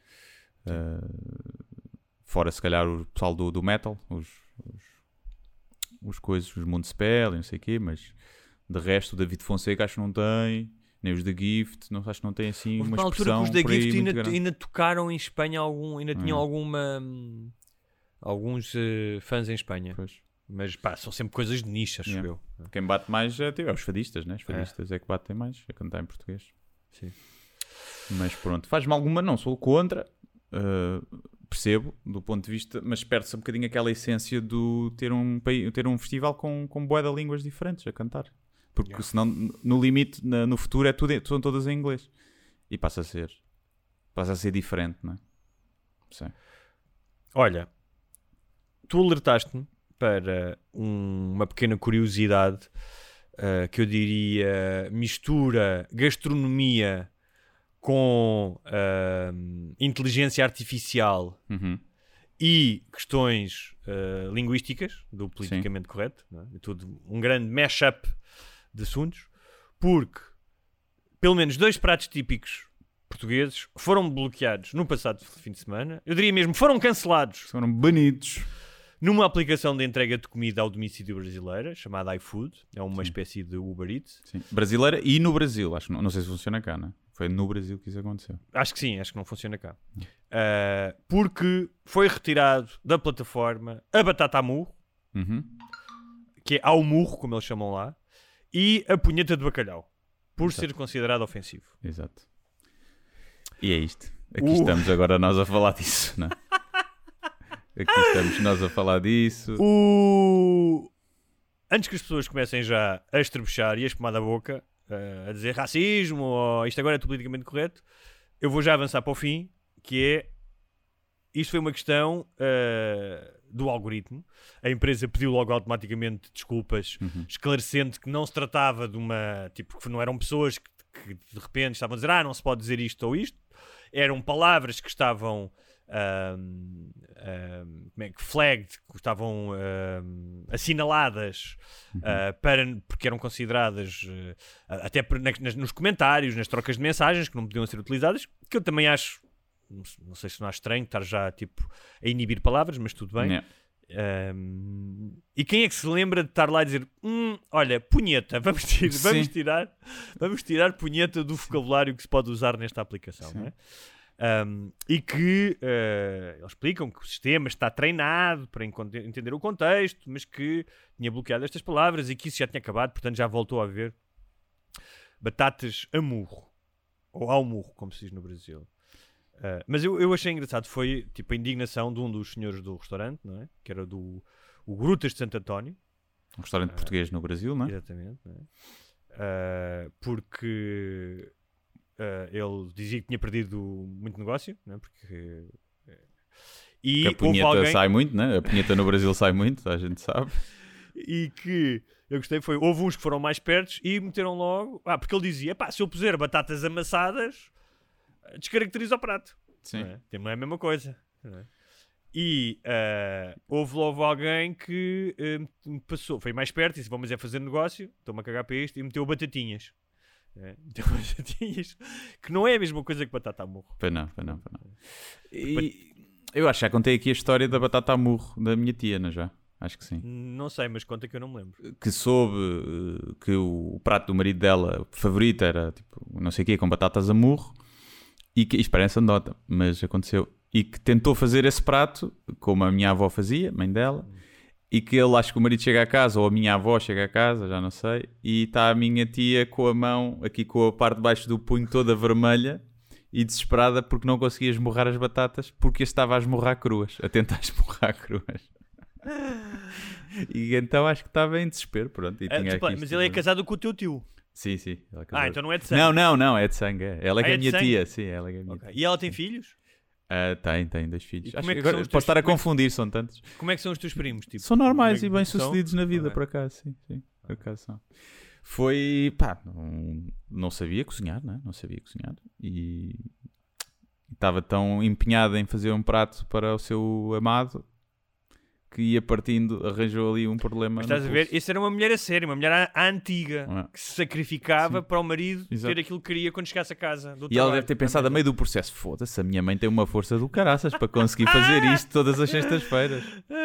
Fora se calhar o pessoal do metal, os Municipal e não sei o quê, mas de resto o David Fonseca acho que não tem, nem os The Gift, acho que não tem assim uma expressão. Os The Gift ainda tocaram em Espanha, ainda tinham alguns fãs em Espanha. Pois. Mas são sempre coisas de nicho, acho eu. Quem bate mais é os fadistas, né? Os fadistas é que batem mais a cantar em português. Sim. Mas pronto, faz-me alguma, não sou contra, percebo do ponto de vista, mas perde-se um bocadinho aquela essência de ter um festival com bué de línguas diferentes a cantar. Porque senão, no limite, no futuro, são todas em inglês. E passa a ser diferente, não é? Sim. Olha, tu alertaste-me para uma pequena curiosidade que eu diria mistura gastronomia com inteligência artificial e questões linguísticas do politicamente correto, não é? Tudo um grande mashup de assuntos, porque pelo menos 2 pratos típicos portugueses foram bloqueados no passado fim de semana. Eu diria mesmo, foram cancelados. Foram banidos. Numa aplicação de entrega de comida ao domicílio brasileira, chamada iFood. É uma espécie de Uber Eats. Sim. Brasileira e no Brasil. Acho que não sei se funciona cá, não é? Foi no Brasil que isso aconteceu. Acho que sim, acho que não funciona cá. Porque foi retirado da plataforma a batata a murro, que é ao murro, como eles chamam lá, e a punheta de bacalhau, por ser considerado ofensivo. Exato. E é isto. Aqui estamos agora nós a falar disso, não é? Aqui estamos nós a falar disso. Antes que as pessoas comecem já a estrebuchar e a espumar da boca, a dizer racismo ou isto agora é politicamente correto, eu vou já avançar para o fim, que é isto foi uma questão do algoritmo. A empresa pediu logo automaticamente desculpas, esclarecendo que não se tratava de uma, tipo, que não eram pessoas que de repente estavam a dizer não se pode dizer isto ou isto, eram palavras que estavam flagged, que estavam assinaladas porque eram consideradas até nos comentários, nas trocas de mensagens, que não podiam ser utilizadas, que eu também acho, não sei se não acho estranho estar já tipo a inibir palavras, mas tudo bem. E quem é que se lembra de estar lá a dizer olha, punheta, vamos tirar punheta do vocabulário que se pode usar nesta aplicação, não é? E que eles explicam que o sistema está treinado para entender o contexto, mas que tinha bloqueado estas palavras e que isso já tinha acabado, portanto já voltou a haver batatas a murro, ou ao murro, como se diz no Brasil. Mas eu achei engraçado, foi tipo a indignação de um dos senhores do restaurante, não é? Que era o Grutas de Santo António. Um restaurante português no Brasil, não é? Exatamente, não é? Porque ele dizia que tinha perdido muito negócio, não é? Porque a punheta sai muito, né? A punheta no Brasil sai muito, a gente sabe. E que eu gostei, houve uns que foram mais perto e meteram logo, porque ele dizia, se eu puser batatas amassadas, descaracteriza o prato. Sim. Não é a mesma coisa. Não é? E houve logo alguém que passou, foi mais perto e disse, vamos fazer negócio, estou-me a cagar para isto, e meteu batatinhas. Meteu batatinhas, que não é a mesma coisa que batata a murro. Pois não. E eu acho que já contei aqui a história da batata a murro da minha tia, não já? Acho que sim. Não sei, mas conta que eu não me lembro. Que soube que o prato do marido dela favorito era tipo, não sei o quê, com batatas a murro. E que, isto parece anedota, mas aconteceu. E que tentou fazer esse prato, como a minha avó fazia, mãe dela. E que ele, acho que o marido chega a casa, ou a minha avó chega a casa, já não sei. E está a minha tia com a mão, aqui com a parte de baixo do punho toda vermelha. E desesperada porque não conseguia esmurrar as batatas, porque estava a esmurrar cruas. A tentar esmurrar cruas. E então acho que estava em desespero, pronto. E tinha mas ele é casado com o teu tio? Sim. Então não é de sangue? Não, é de sangue. Ela é que é a minha tia, sim, ela é que é a minha tia. E ela tem filhos? Tem 2 filhos. Acho que agora posso estar a confundir, são tantos. Como é que são os teus primos? Tipo, são normais e bem-sucedidos na vida, por acaso, sim. Por acaso são. Foi, não sabia cozinhar, né? Não sabia cozinhar. E estava tão empenhado em fazer um prato para o seu amado que ia partindo, arranjou ali um problema. Mas estás a ver? Isso era uma mulher a sério, uma mulher à antiga, que se sacrificava para o marido ter aquilo que queria quando chegasse a casa. E ela deve ter pensado a meio do processo: foda-se, a minha mãe tem uma força do caraças para conseguir fazer isto todas as sextas-feiras.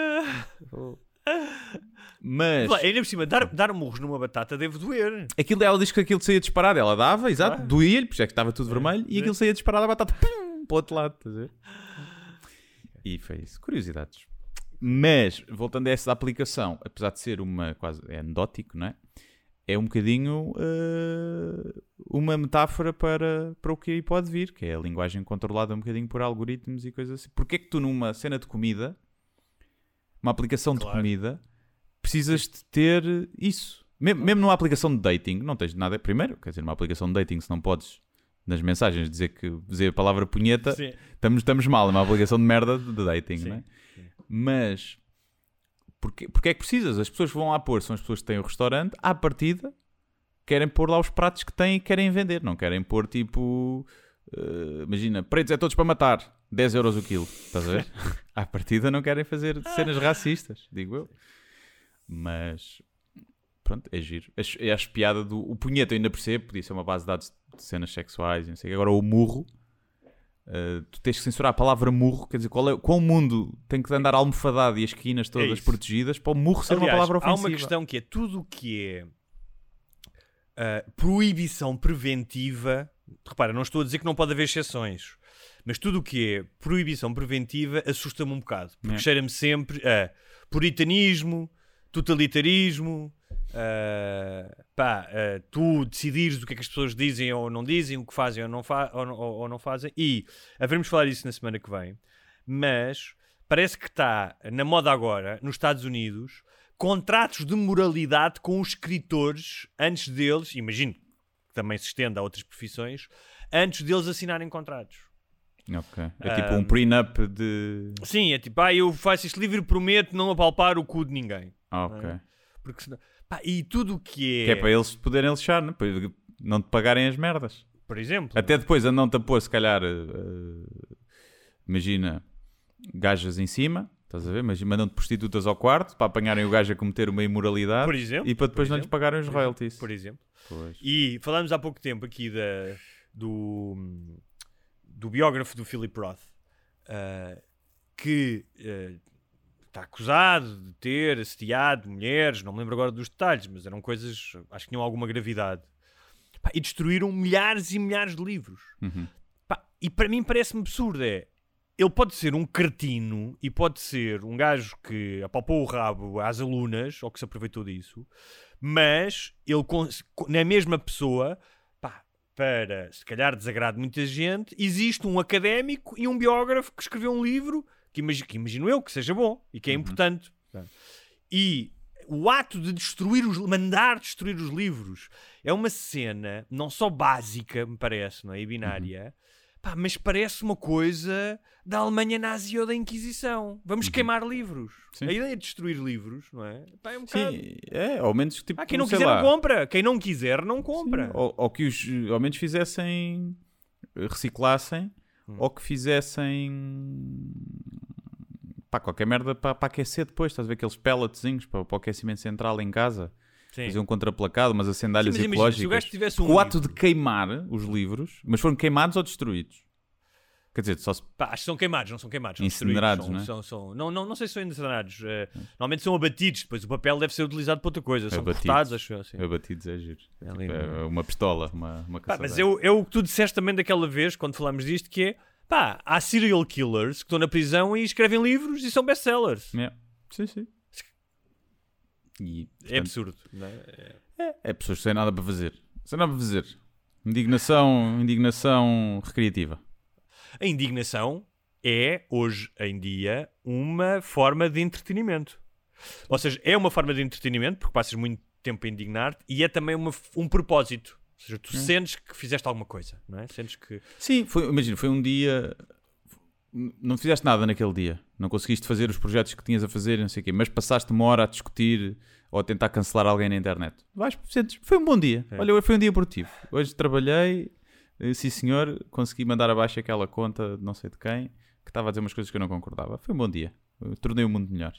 Mas ainda por cima, dar murros numa batata deve doer. Ela diz que aquilo saía disparado, ela dava, exato, doía-lhe, porque é que estava tudo vermelho, e aquilo saía disparado a batata, pum, para o outro lado, estás a ver? E foi isso, curiosidades. Mas, voltando a essa aplicação, apesar de ser quase anedótico, não é? É um bocadinho uma metáfora para o que aí pode vir, que é a linguagem controlada um bocadinho por algoritmos e coisas assim. Porquê é que tu numa cena de comida, uma aplicação de comida, precisas de ter isso? Mesmo numa aplicação de dating, não tens nada. Primeiro, quer dizer, numa aplicação de dating, se não podes nas mensagens dizer a palavra punheta, estamos mal, é uma aplicação de merda de dating, não é? Mas porque é que precisas? As pessoas que vão lá pôr são as pessoas que têm o restaurante, à partida querem pôr lá os pratos que têm e querem vender, não querem pôr tipo imagina, pretos é todos para matar, 10 euros o quilo, estás a ver? À partida não querem fazer cenas racistas, digo eu. Mas pronto, é giro. É a espiada o punheta, eu ainda percebo, podia ser uma base de dados de cenas sexuais, não sei. Agora o murro, tu tens que censurar a palavra murro, quer dizer, qual mundo tem que andar almofadado e as esquinas todas protegidas para o murro ser uma palavra ofensiva. Há uma questão que é tudo o que é proibição preventiva. Repara, não estou a dizer que não pode haver exceções, mas tudo o que é proibição preventiva assusta-me um bocado, porque cheira-me sempre a puritanismo, totalitarismo, tu decidires o que é que as pessoas dizem ou não dizem, o que fazem ou não fazem, e haveremos falar disso na semana que vem, mas parece que está na moda agora, nos Estados Unidos, contratos de moralidade com os escritores antes deles, imagino que também se estenda a outras profissões, antes deles assinarem contratos. Ok. É tipo um prenup de... Sim, é tipo, eu faço este livro e prometo não apalpar o cu de ninguém. Ok. Porque senão... e tudo o que é... Que é para eles poderem lixar, não? Para não te pagarem as merdas. Por exemplo. Até depois andam-te a pôr, se calhar... imagina, gajas em cima, estás a ver? Mas mandam-te prostitutas ao quarto para apanharem o gajo a cometer uma imoralidade, Por exemplo, e para depois não lhes pagarem os royalties. Por exemplo. Pois. E falamos há pouco tempo aqui do biógrafo do Philip Roth, que está acusado de ter assediado mulheres, não me lembro agora dos detalhes, mas eram coisas, acho que tinham alguma gravidade. Pá, e destruíram milhares e milhares de livros. Pá, e para mim parece-me absurdo, ele pode ser um cretino e pode ser um gajo que apalpou o rabo às alunas, ou que se aproveitou disso, mas ele, na mesma pessoa, pá, para se calhar desagrade muita gente, existe um académico e um biógrafo que escreveu um livro que imagino eu que seja bom e que é importante. E o ato de mandar destruir os livros é uma cena não só básica, me parece, não é? E binária, pá, mas parece uma coisa da Alemanha nazi ou da Inquisição. Vamos queimar livros. Sim. A ideia de destruir livros, não é? Pá, é um bocado... Sim, ao menos tipo, quem não quiser não compra. Quem não quiser não compra. Sim. Ou que ao menos fizessem, reciclassem, ou que fizessem pá, qualquer merda para aquecer depois. Estás a ver aqueles pelletzinhos para o aquecimento central em casa? Sim. Fazer um contraplacado, umas acendalhas ecológicas. Se o gajo tivesse o ato de queimar os livros, mas foram queimados ou destruídos? Quer dizer, só se... Pá, acho que são queimados, não são queimados. São incinerados, não sei se são incinerados. Normalmente são abatidos, depois o papel deve ser utilizado para outra coisa. São cortados, acho eu. Assim. Abatidos é giro. É uma pistola, uma pá, mas é o que tu disseste também daquela vez, quando falamos disto, que é, pá, há serial killers que estão na prisão e escrevem livros e são best-sellers. Sim. E, portanto, é absurdo. Não é? É pessoas sem nada para fazer. Sem nada para fazer. Indignação recreativa. A indignação é, hoje em dia, uma forma de entretenimento. Ou seja, é uma forma de entretenimento, porque passas muito tempo a indignar-te, e é também um propósito. Ou seja, tu sentes que fizeste alguma coisa, não é? Sentes que... Sim, imagina, foi um dia... Não fizeste nada naquele dia. Não conseguiste fazer os projetos que tinhas a fazer, não sei o quê, mas passaste uma hora a discutir ou a tentar cancelar alguém na internet. Foi um bom dia. Olha, foi um dia produtivo. Hoje trabalhei... Sim senhor, consegui mandar abaixo aquela conta de não sei de quem que estava a dizer umas coisas que eu não concordava. Foi um bom dia. Eu tornei o mundo melhor.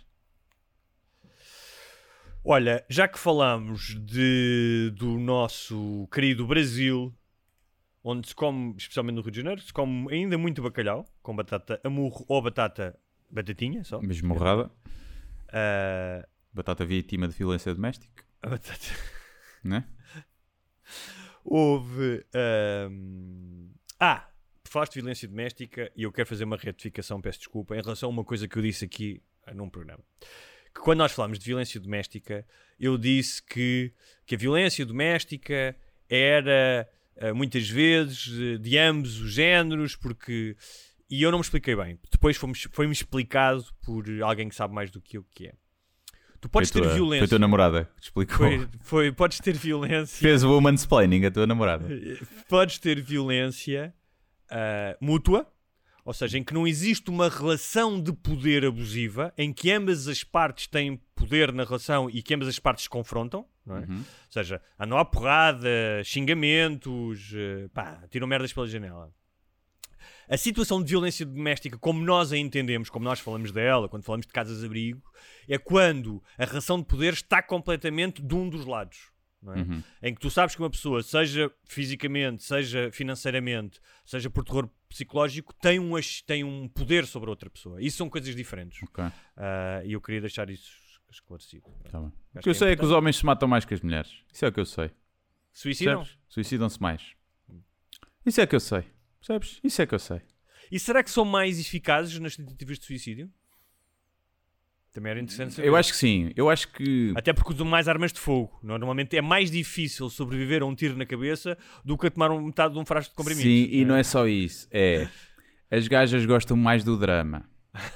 Olha, já que falamos do nosso querido Brasil, onde se come, especialmente no Rio de Janeiro, se come ainda muito bacalhau, com batata a murro ou batatinha só. Mesmo morrada. Batata vítima de violência doméstica. A batata... Não é? Houve... falaste de violência doméstica e eu quero fazer uma retificação, peço desculpa, em relação a uma coisa que eu disse aqui num programa. Que quando nós falamos de violência doméstica, eu disse que a violência doméstica era, muitas vezes, de ambos os géneros, porque... E eu não me expliquei bem. Depois foi-me explicado por alguém que sabe mais do que eu que é. Tu podes ter violência. Foi a tua namorada que te explicou. Podes ter violência. Fez o mansplaining a tua namorada. Podes ter violência mútua, ou seja, em que não existe uma relação de poder abusiva, em que ambas as partes têm poder na relação e que ambas as partes se confrontam, não é? Ou seja, andam à porrada, xingamentos, tiram merdas pela janela. A situação de violência doméstica, como nós a entendemos, como nós falamos dela, quando falamos de casas-abrigo, é quando a relação de poder está completamente de um dos lados. Não é? Em que tu sabes que uma pessoa, seja fisicamente, seja financeiramente, seja por terror psicológico, tem um poder sobre outra pessoa. Isso são coisas diferentes. Okay. E eu queria deixar isso esclarecido. Tá bem. O que eu sei é que os homens se matam mais que as mulheres. Isso é o que eu sei. Suicidam? Percebes? Suicidam-se mais. Isso é que eu sei. Percebes? Isso é que eu sei. E será que são mais eficazes nas tentativas de suicídio? Também era interessante saber. Eu acho que sim. Eu acho que... Até porque usam mais armas de fogo. Normalmente é mais difícil sobreviver a um tiro na cabeça do que a tomar metade de um frasco de comprimidos. Sim, e não é só isso. As gajas gostam mais do drama.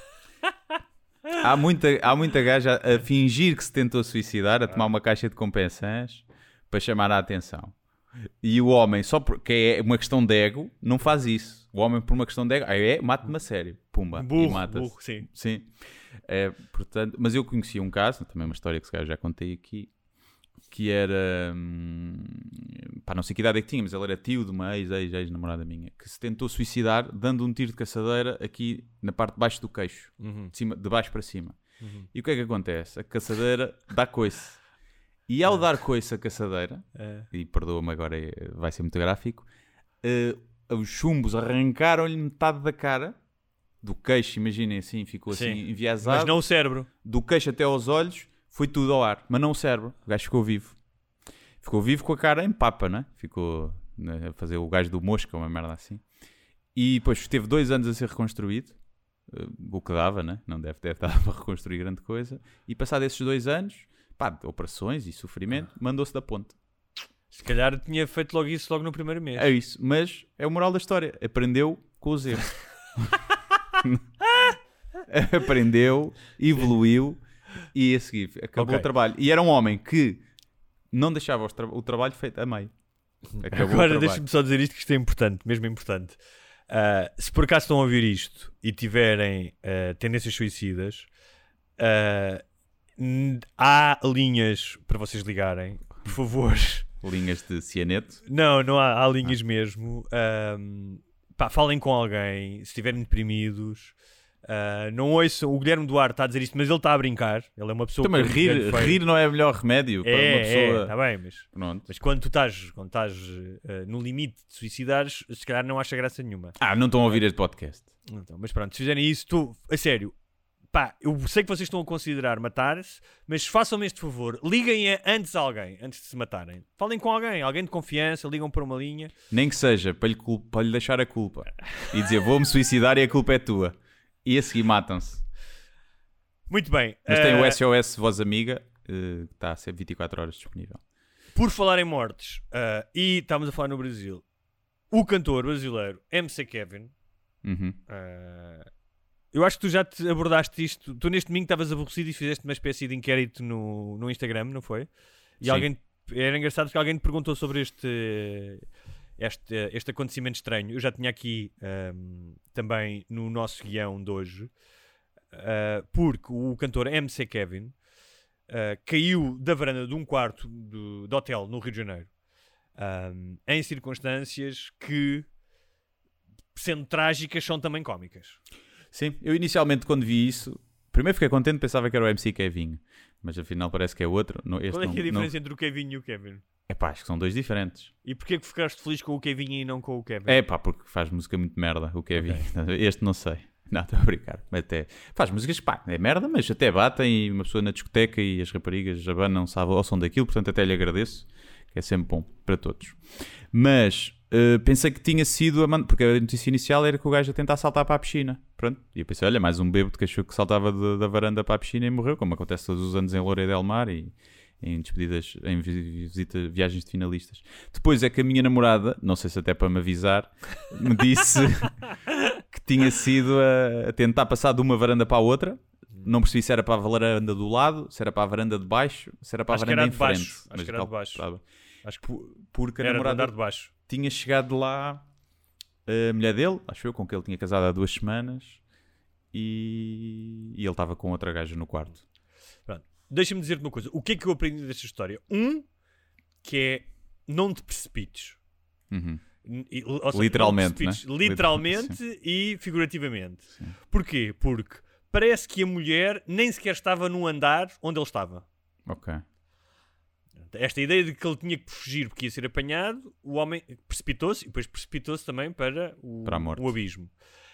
Há muita gaja a fingir que se tentou suicidar, a tomar uma caixa de compensações para chamar a atenção. E o homem, só porque é uma questão de ego, não faz isso. O homem, por uma questão de ego, mata-me a sério. Pumba. Burro, e mata-se. burro, sim. Sim. Portanto, mas eu conheci um caso, também uma história que se calhar já contei aqui, que era pá, não sei que idade é que tinha, mas ele era tio de uma ex-namorada minha, que se tentou suicidar dando um tiro de caçadeira aqui na parte de baixo do queixo, de baixo para cima. E o que é que acontece? A caçadeira dá coice. E ao dar coice a caçadeira, e perdoa-me agora, vai ser muito gráfico, os chumbos arrancaram-lhe metade da cara, do queixo, imaginem assim, ficou assim enviesado. Mas não o cérebro. Do queixo até aos olhos, foi tudo ao ar, mas não o cérebro. O gajo ficou vivo. Ficou vivo com a cara em papa, né? Ficou a fazer o gajo do Mosca, uma merda assim. E depois esteve 2 anos a ser reconstruído, o que dava, né? Não deve dar para reconstruir grande coisa. E passado esses 2 anos, pá, de operações e sofrimento, mandou-se da ponte. Se calhar tinha feito logo isso logo no primeiro mês. É isso, mas é o moral da história. Aprendeu com os erros. Aprendeu, evoluiu e a seguir acabou o trabalho. E era um homem que não deixava o trabalho feito a meio. Agora deixa-me só dizer isto, que isto é importante, mesmo importante. Se por acaso estão a ouvir isto e tiverem tendências suicidas, há linhas para vocês ligarem, por favor. Linhas de cianeto? Não há linhas mesmo. Pá, falem com alguém, se estiverem deprimidos. Não ouçam, o Guilherme Duarte está a dizer isto, mas ele está a brincar. Ele é uma pessoa também que rir não é o melhor remédio para uma pessoa. Está bem, mas quando tu estás no limite de suicidares, se calhar não acha graça nenhuma. Não estão a ouvir este podcast. Então, mas pronto, se fizerem isso, a sério, pá, eu sei que vocês estão a considerar matar-se, mas façam-me este favor, liguem antes a alguém, antes de se matarem. Falem com alguém de confiança, ligam para uma linha. Nem que seja para lhe deixar a culpa e dizer vou-me suicidar e a culpa é tua. E a seguir matam-se. Muito bem. Mas tem o SOS Voz Amiga, que está a ser 24 horas disponível. Por falar em mortes, e estamos a falar no Brasil, o cantor brasileiro MC Kevin, eu acho que tu já te abordaste isto. Tu neste domingo estavas aborrecido e fizeste uma espécie de inquérito no Instagram, não foi? E sim. Era engraçado porque alguém te perguntou sobre este acontecimento estranho. Eu já tinha aqui também no nosso guião de hoje, porque o cantor MC Kevin caiu da varanda de um quarto de hotel no Rio de Janeiro, em circunstâncias que, sendo trágicas, são também cómicas. Sim, eu inicialmente quando vi isso, primeiro fiquei contente, pensava que era o MC Kevin, mas afinal parece que é outro. Qual é que é a diferença entre o Kevin e o Kevin? É pá, acho que são 2 diferentes. E porquê que ficaste feliz com o Kevin e não com o Kevin? É pá, porque faz música muito merda, o Kevin. Okay. Este não sei. Não, estou a brincar. Até faz músicas, pá, é merda, mas até batem e uma pessoa na discoteca e as raparigas abanam-se ao som daquilo, portanto até lhe agradeço, que é sempre bom para todos. Mas pensei que tinha sido porque a notícia inicial era que o gajo ia tentar saltar para a piscina. Pronto. E eu pensei, olha, mais um bêbado que achou que saltava da varanda para a piscina e morreu, como acontece todos os anos em Loura del Mar e em despedidas, em viagens de finalistas. Depois é que a minha namorada, não sei se até para me avisar, me disse que tinha sido a tentar passar de uma varanda para a outra. Não percebi se era para a varanda do lado, se era para a varanda de baixo, se era para a varanda em frente. Acho que era de baixo. Acho que porque a era namorada de baixo. Tinha chegado lá a mulher dele, acho eu, com que ele tinha casado há 2 semanas, e ele estava com outra gaja no quarto. Pronto. Deixa-me dizer-te uma coisa. O que é que eu aprendi desta história? Que é não te precipites. Ou seja, literalmente, não te precipites, literalmente e figurativamente. Sim. Porquê? Porque parece que a mulher nem sequer estava no andar onde ele estava. Ok. Esta ideia de que ele tinha que fugir porque ia ser apanhado, o homem precipitou-se e depois precipitou-se também para o abismo.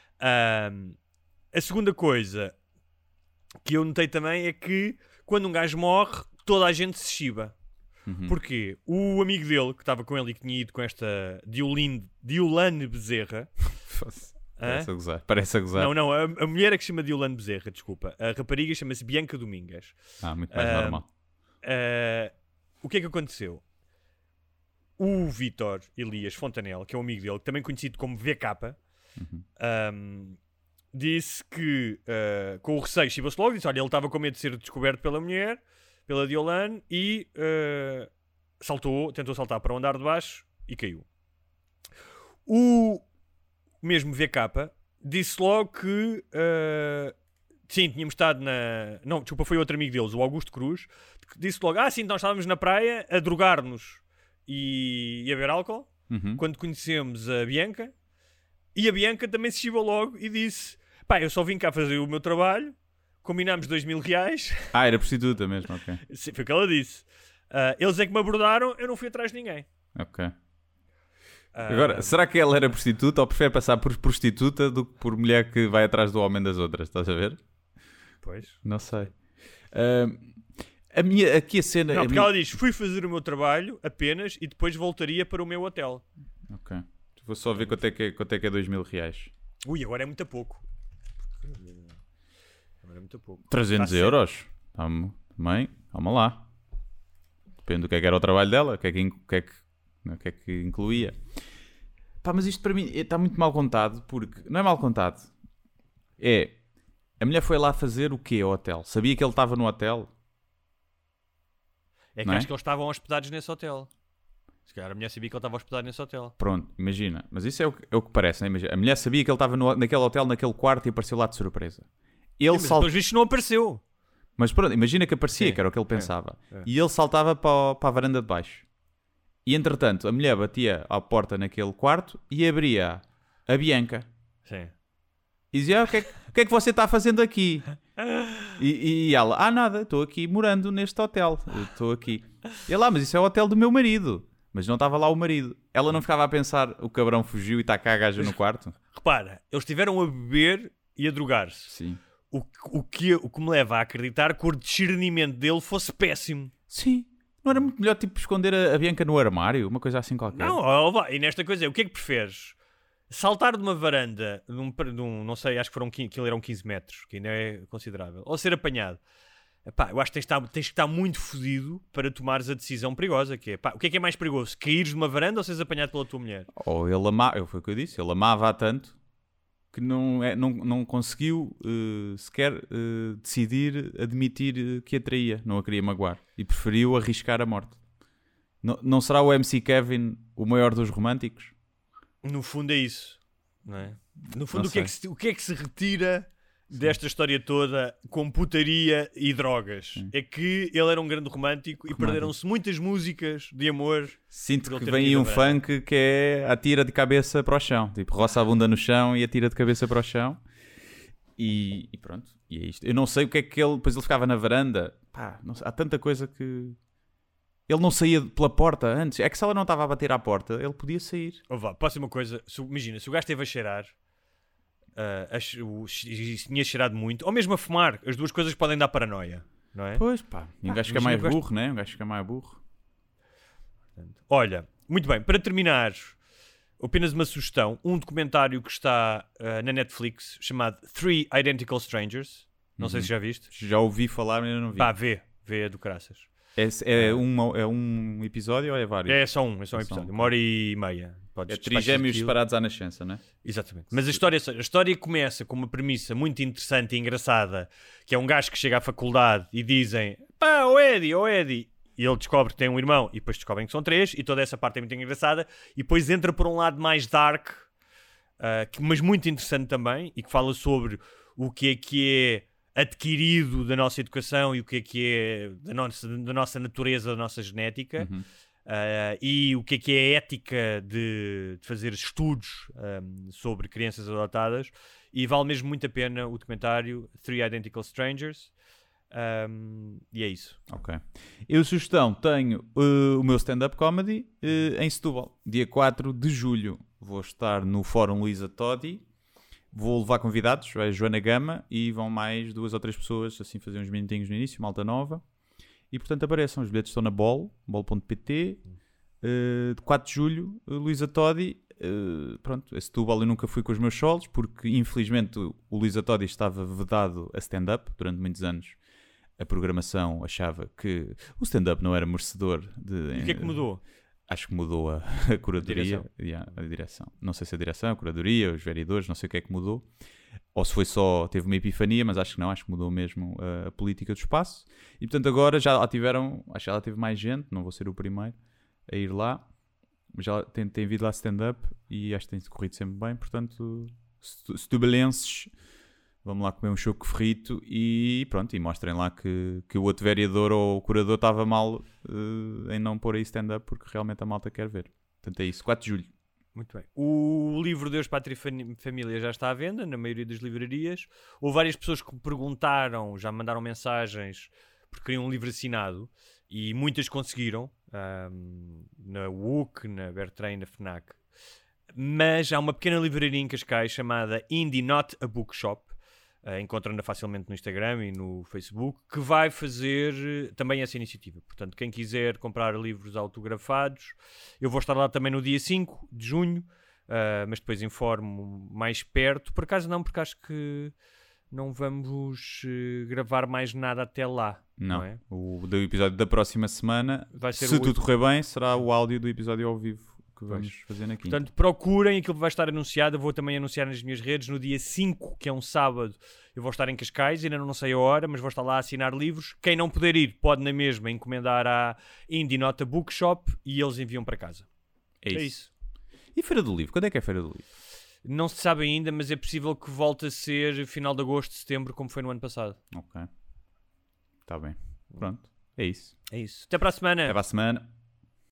A segunda coisa que eu notei também é que quando um gajo morre, toda a gente se chiba. Porquê? O amigo dele, que estava com ele e que tinha ido com esta Diolane Bezerra... Parece a gozar. Não, a mulher é que se chama Diolane Bezerra, desculpa. A rapariga chama-se Bianca Domingas. Muito mais normal. O que é que aconteceu? O Vítor Elias Fontanel, que é um amigo dele, também conhecido como VK, disse que com o receio chibou-se logo, disse, olha, ele estava com medo de ser descoberto pela mulher, pela Diolane, e tentou saltar para o andar de baixo e caiu. O mesmo VK disse logo que sim, tínhamos estado não, desculpa, foi outro amigo deles, o Augusto Cruz, que disse logo, sim, nós estávamos na praia a drogar-nos e a beber álcool, Uhum. quando conhecemos a Bianca, e a Bianca também se chibou logo e disse: pá, eu só vim cá fazer o meu trabalho, combinámos 2.000 reais. Ah, era prostituta mesmo, ok. Sim, foi o que ela disse. Eles é que me abordaram, eu não fui atrás de ninguém. Ok. Agora, será que ela era prostituta ou prefere passar por prostituta do que por mulher que vai atrás do homem das outras? Estás a ver? Pois. Não sei. Aqui a cena... Não, porque minha... ela diz: fui fazer o meu trabalho apenas e depois voltaria para o meu hotel. Ok. Vou só ver quanto é que é 2.000 reais. Ui, agora é muito pouco. Agora é muito pouco. 300 Está euros? Também, calma lá. Depende do que é que era o trabalho dela, o que é que incluía. Pá, mas isto para mim está muito mal contado, porque... Não é mal contado. A mulher foi lá fazer o quê ao hotel? Sabia que ele estava no hotel? É que Não é? acho que eles estavam hospedados nesse hotel. Se calhar a mulher sabia que ele estava hospedado nesse hotel. Pronto, imagina. Mas isso é o que parece, né? Imagina. A mulher sabia que ele estava naquele hotel, naquele quarto, e apareceu lá de surpresa. Ele Mas pelos vistos não apareceu. Mas pronto, imagina que aparecia, Sim. que era o que ele pensava. É. E ele saltava para a varanda de baixo. E entretanto, a mulher batia à porta naquele quarto e abria a Bianca. Sim. E dizia: o que é que você está fazendo aqui? E ela: nada, estou aqui morando neste hotel. Estou aqui. E ele: mas isso é o hotel do meu marido. Mas não estava lá o marido. Ela não ficava a pensar: o cabrão fugiu e está cá a gaja no quarto? Repara, eles estiveram a beber e a drogar-se. Sim. O que me leva a acreditar que o discernimento dele fosse péssimo. Sim. Não era muito melhor tipo esconder a Bianca no armário? Uma coisa assim qualquer? Não, e nesta coisa, o que é que preferes? Saltar de uma varanda, não sei, acho que aquilo eram 15 metros, que ainda é considerável, ou ser apanhado. Epá, eu acho que tens que estar muito fodido para tomares a decisão perigosa, que é, pá, o que é mais perigoso? Caíres de uma varanda ou seres apanhado pela tua mulher? Ou ele amava, foi o que eu disse, ele amava-a tanto que não conseguiu sequer decidir admitir que a traía, não a queria magoar e preferiu arriscar a morte. Não será o MC Kevin o maior dos românticos? No fundo é isso, não é? No fundo, Não o que é que se retira desta história toda com putaria e drogas? Sim. É que ele era um grande romântico e perderam-se muitas músicas de amor. Sinto por que ele ter vem aí tido um a varanda. funk que é atira de cabeça para o chão. Tipo, roça a bunda no chão e atira de cabeça para o chão. E pronto, e é isto. Eu não sei o que é que ele... Depois ele ficava na varanda. Pá, não sei, há tanta coisa que... Ele não saía pela porta antes. É que se ela não estava a bater à porta, ele podia sair. Próxima coisa, imagina, se o gajo esteve a cheirar, tinha cheirado muito, ou mesmo a fumar, as duas coisas podem dar paranoia, não é? Pois pá, e um gajo fica mais imagina que burro, né? Um gajo fica mais burro. Olha, muito bem, para terminar, apenas uma sugestão, um documentário que está na Netflix chamado Three Identical Strangers, não sei se já viste. Já ouvi falar, mas eu não vi. Pá, vê do caraças. É um episódio ou é vários? É só um episódio, 1h30. É trigêmeos separados à nascença, não é? Exatamente. Mas a história começa com uma premissa muito interessante e engraçada, que é um gajo que chega à faculdade e dizem: pá, ô Eddie, e ele descobre que tem um irmão, e depois descobrem que são 3, e toda essa parte é muito engraçada, e depois entra por um lado mais dark, mas muito interessante também, e que fala sobre o que é adquirido da nossa educação e o que é da nossa natureza, da nossa genética. Uhum. E o que é a ética de fazer estudos sobre crianças adotadas, e vale mesmo muito a pena o documentário Three Identical Strangers. E é isso. Ok. Eu, sugestão, tenho o meu stand-up comedy em Setúbal, dia 4 de julho. Vou estar no Fórum Luísa Todi. Vou levar convidados, vai a Joana Gama e vão mais 2 ou 3 pessoas, assim, fazer uns minutinhos no início, malta nova. E portanto apareçam, os bilhetes estão na bol.pt. 4 de julho, Luísa Todi. Pronto, a Setúbal eu nunca fui com os meus solos, porque infelizmente o Luísa Todi estava vedado a stand-up durante muitos anos. A programação achava que o stand-up não era merecedor de... E o que é que mudou? Acho que mudou a curadoria, a direção. Não sei se a direção, a curadoria, os vereadores, não sei o que é que mudou. Ou se foi só, teve uma epifania, mas acho que não, acho que mudou mesmo a política do espaço. E portanto agora já lá tiveram, acho que já lá teve mais gente, não vou ser o primeiro a ir lá. Já tem vindo lá stand-up e acho que tem corrido sempre bem. Portanto, setubalenses, Vamos lá comer um choco frito e pronto, e mostrem lá que o outro vereador ou o curador estava mal em não pôr aí stand-up, porque realmente a malta quer ver. Portanto é isso, 4 de julho. Muito bem. O livro Deus, Pátria e Família já está à venda na maioria das livrarias. Houve várias pessoas que me perguntaram, já me mandaram mensagens porque queriam um livro assinado e muitas conseguiram, na WUC, na Bertrand, na FNAC. Mas há uma pequena livraria em Cascais chamada Indie Not a Bookshop, encontram-na facilmente no Instagram e no Facebook, que vai fazer também essa iniciativa. Portanto, quem quiser comprar livros autografados, eu vou estar lá também no dia 5 de junho, mas depois informo mais perto. Por acaso não, porque acho que não vamos gravar mais nada até lá. Não é? O do episódio da próxima semana, vai ser se tudo correr bem, será o áudio do episódio ao vivo que vamos fazer na quinta. Portanto, procurem, aquilo vai estar anunciado. Eu vou também anunciar nas minhas redes. No dia 5, que é um sábado, eu vou estar em Cascais, ainda não sei a hora, mas vou estar lá a assinar livros. Quem não puder ir, pode na mesma encomendar à Indie Nota Bookshop e eles enviam para casa. É isso. E Feira do Livro? Quando é que é Feira do Livro? Não se sabe ainda, mas é possível que volte a ser final de agosto, setembro, como foi no ano passado. Ok. Está bem. Pronto. É isso. É isso. Até para a semana. Até para a semana.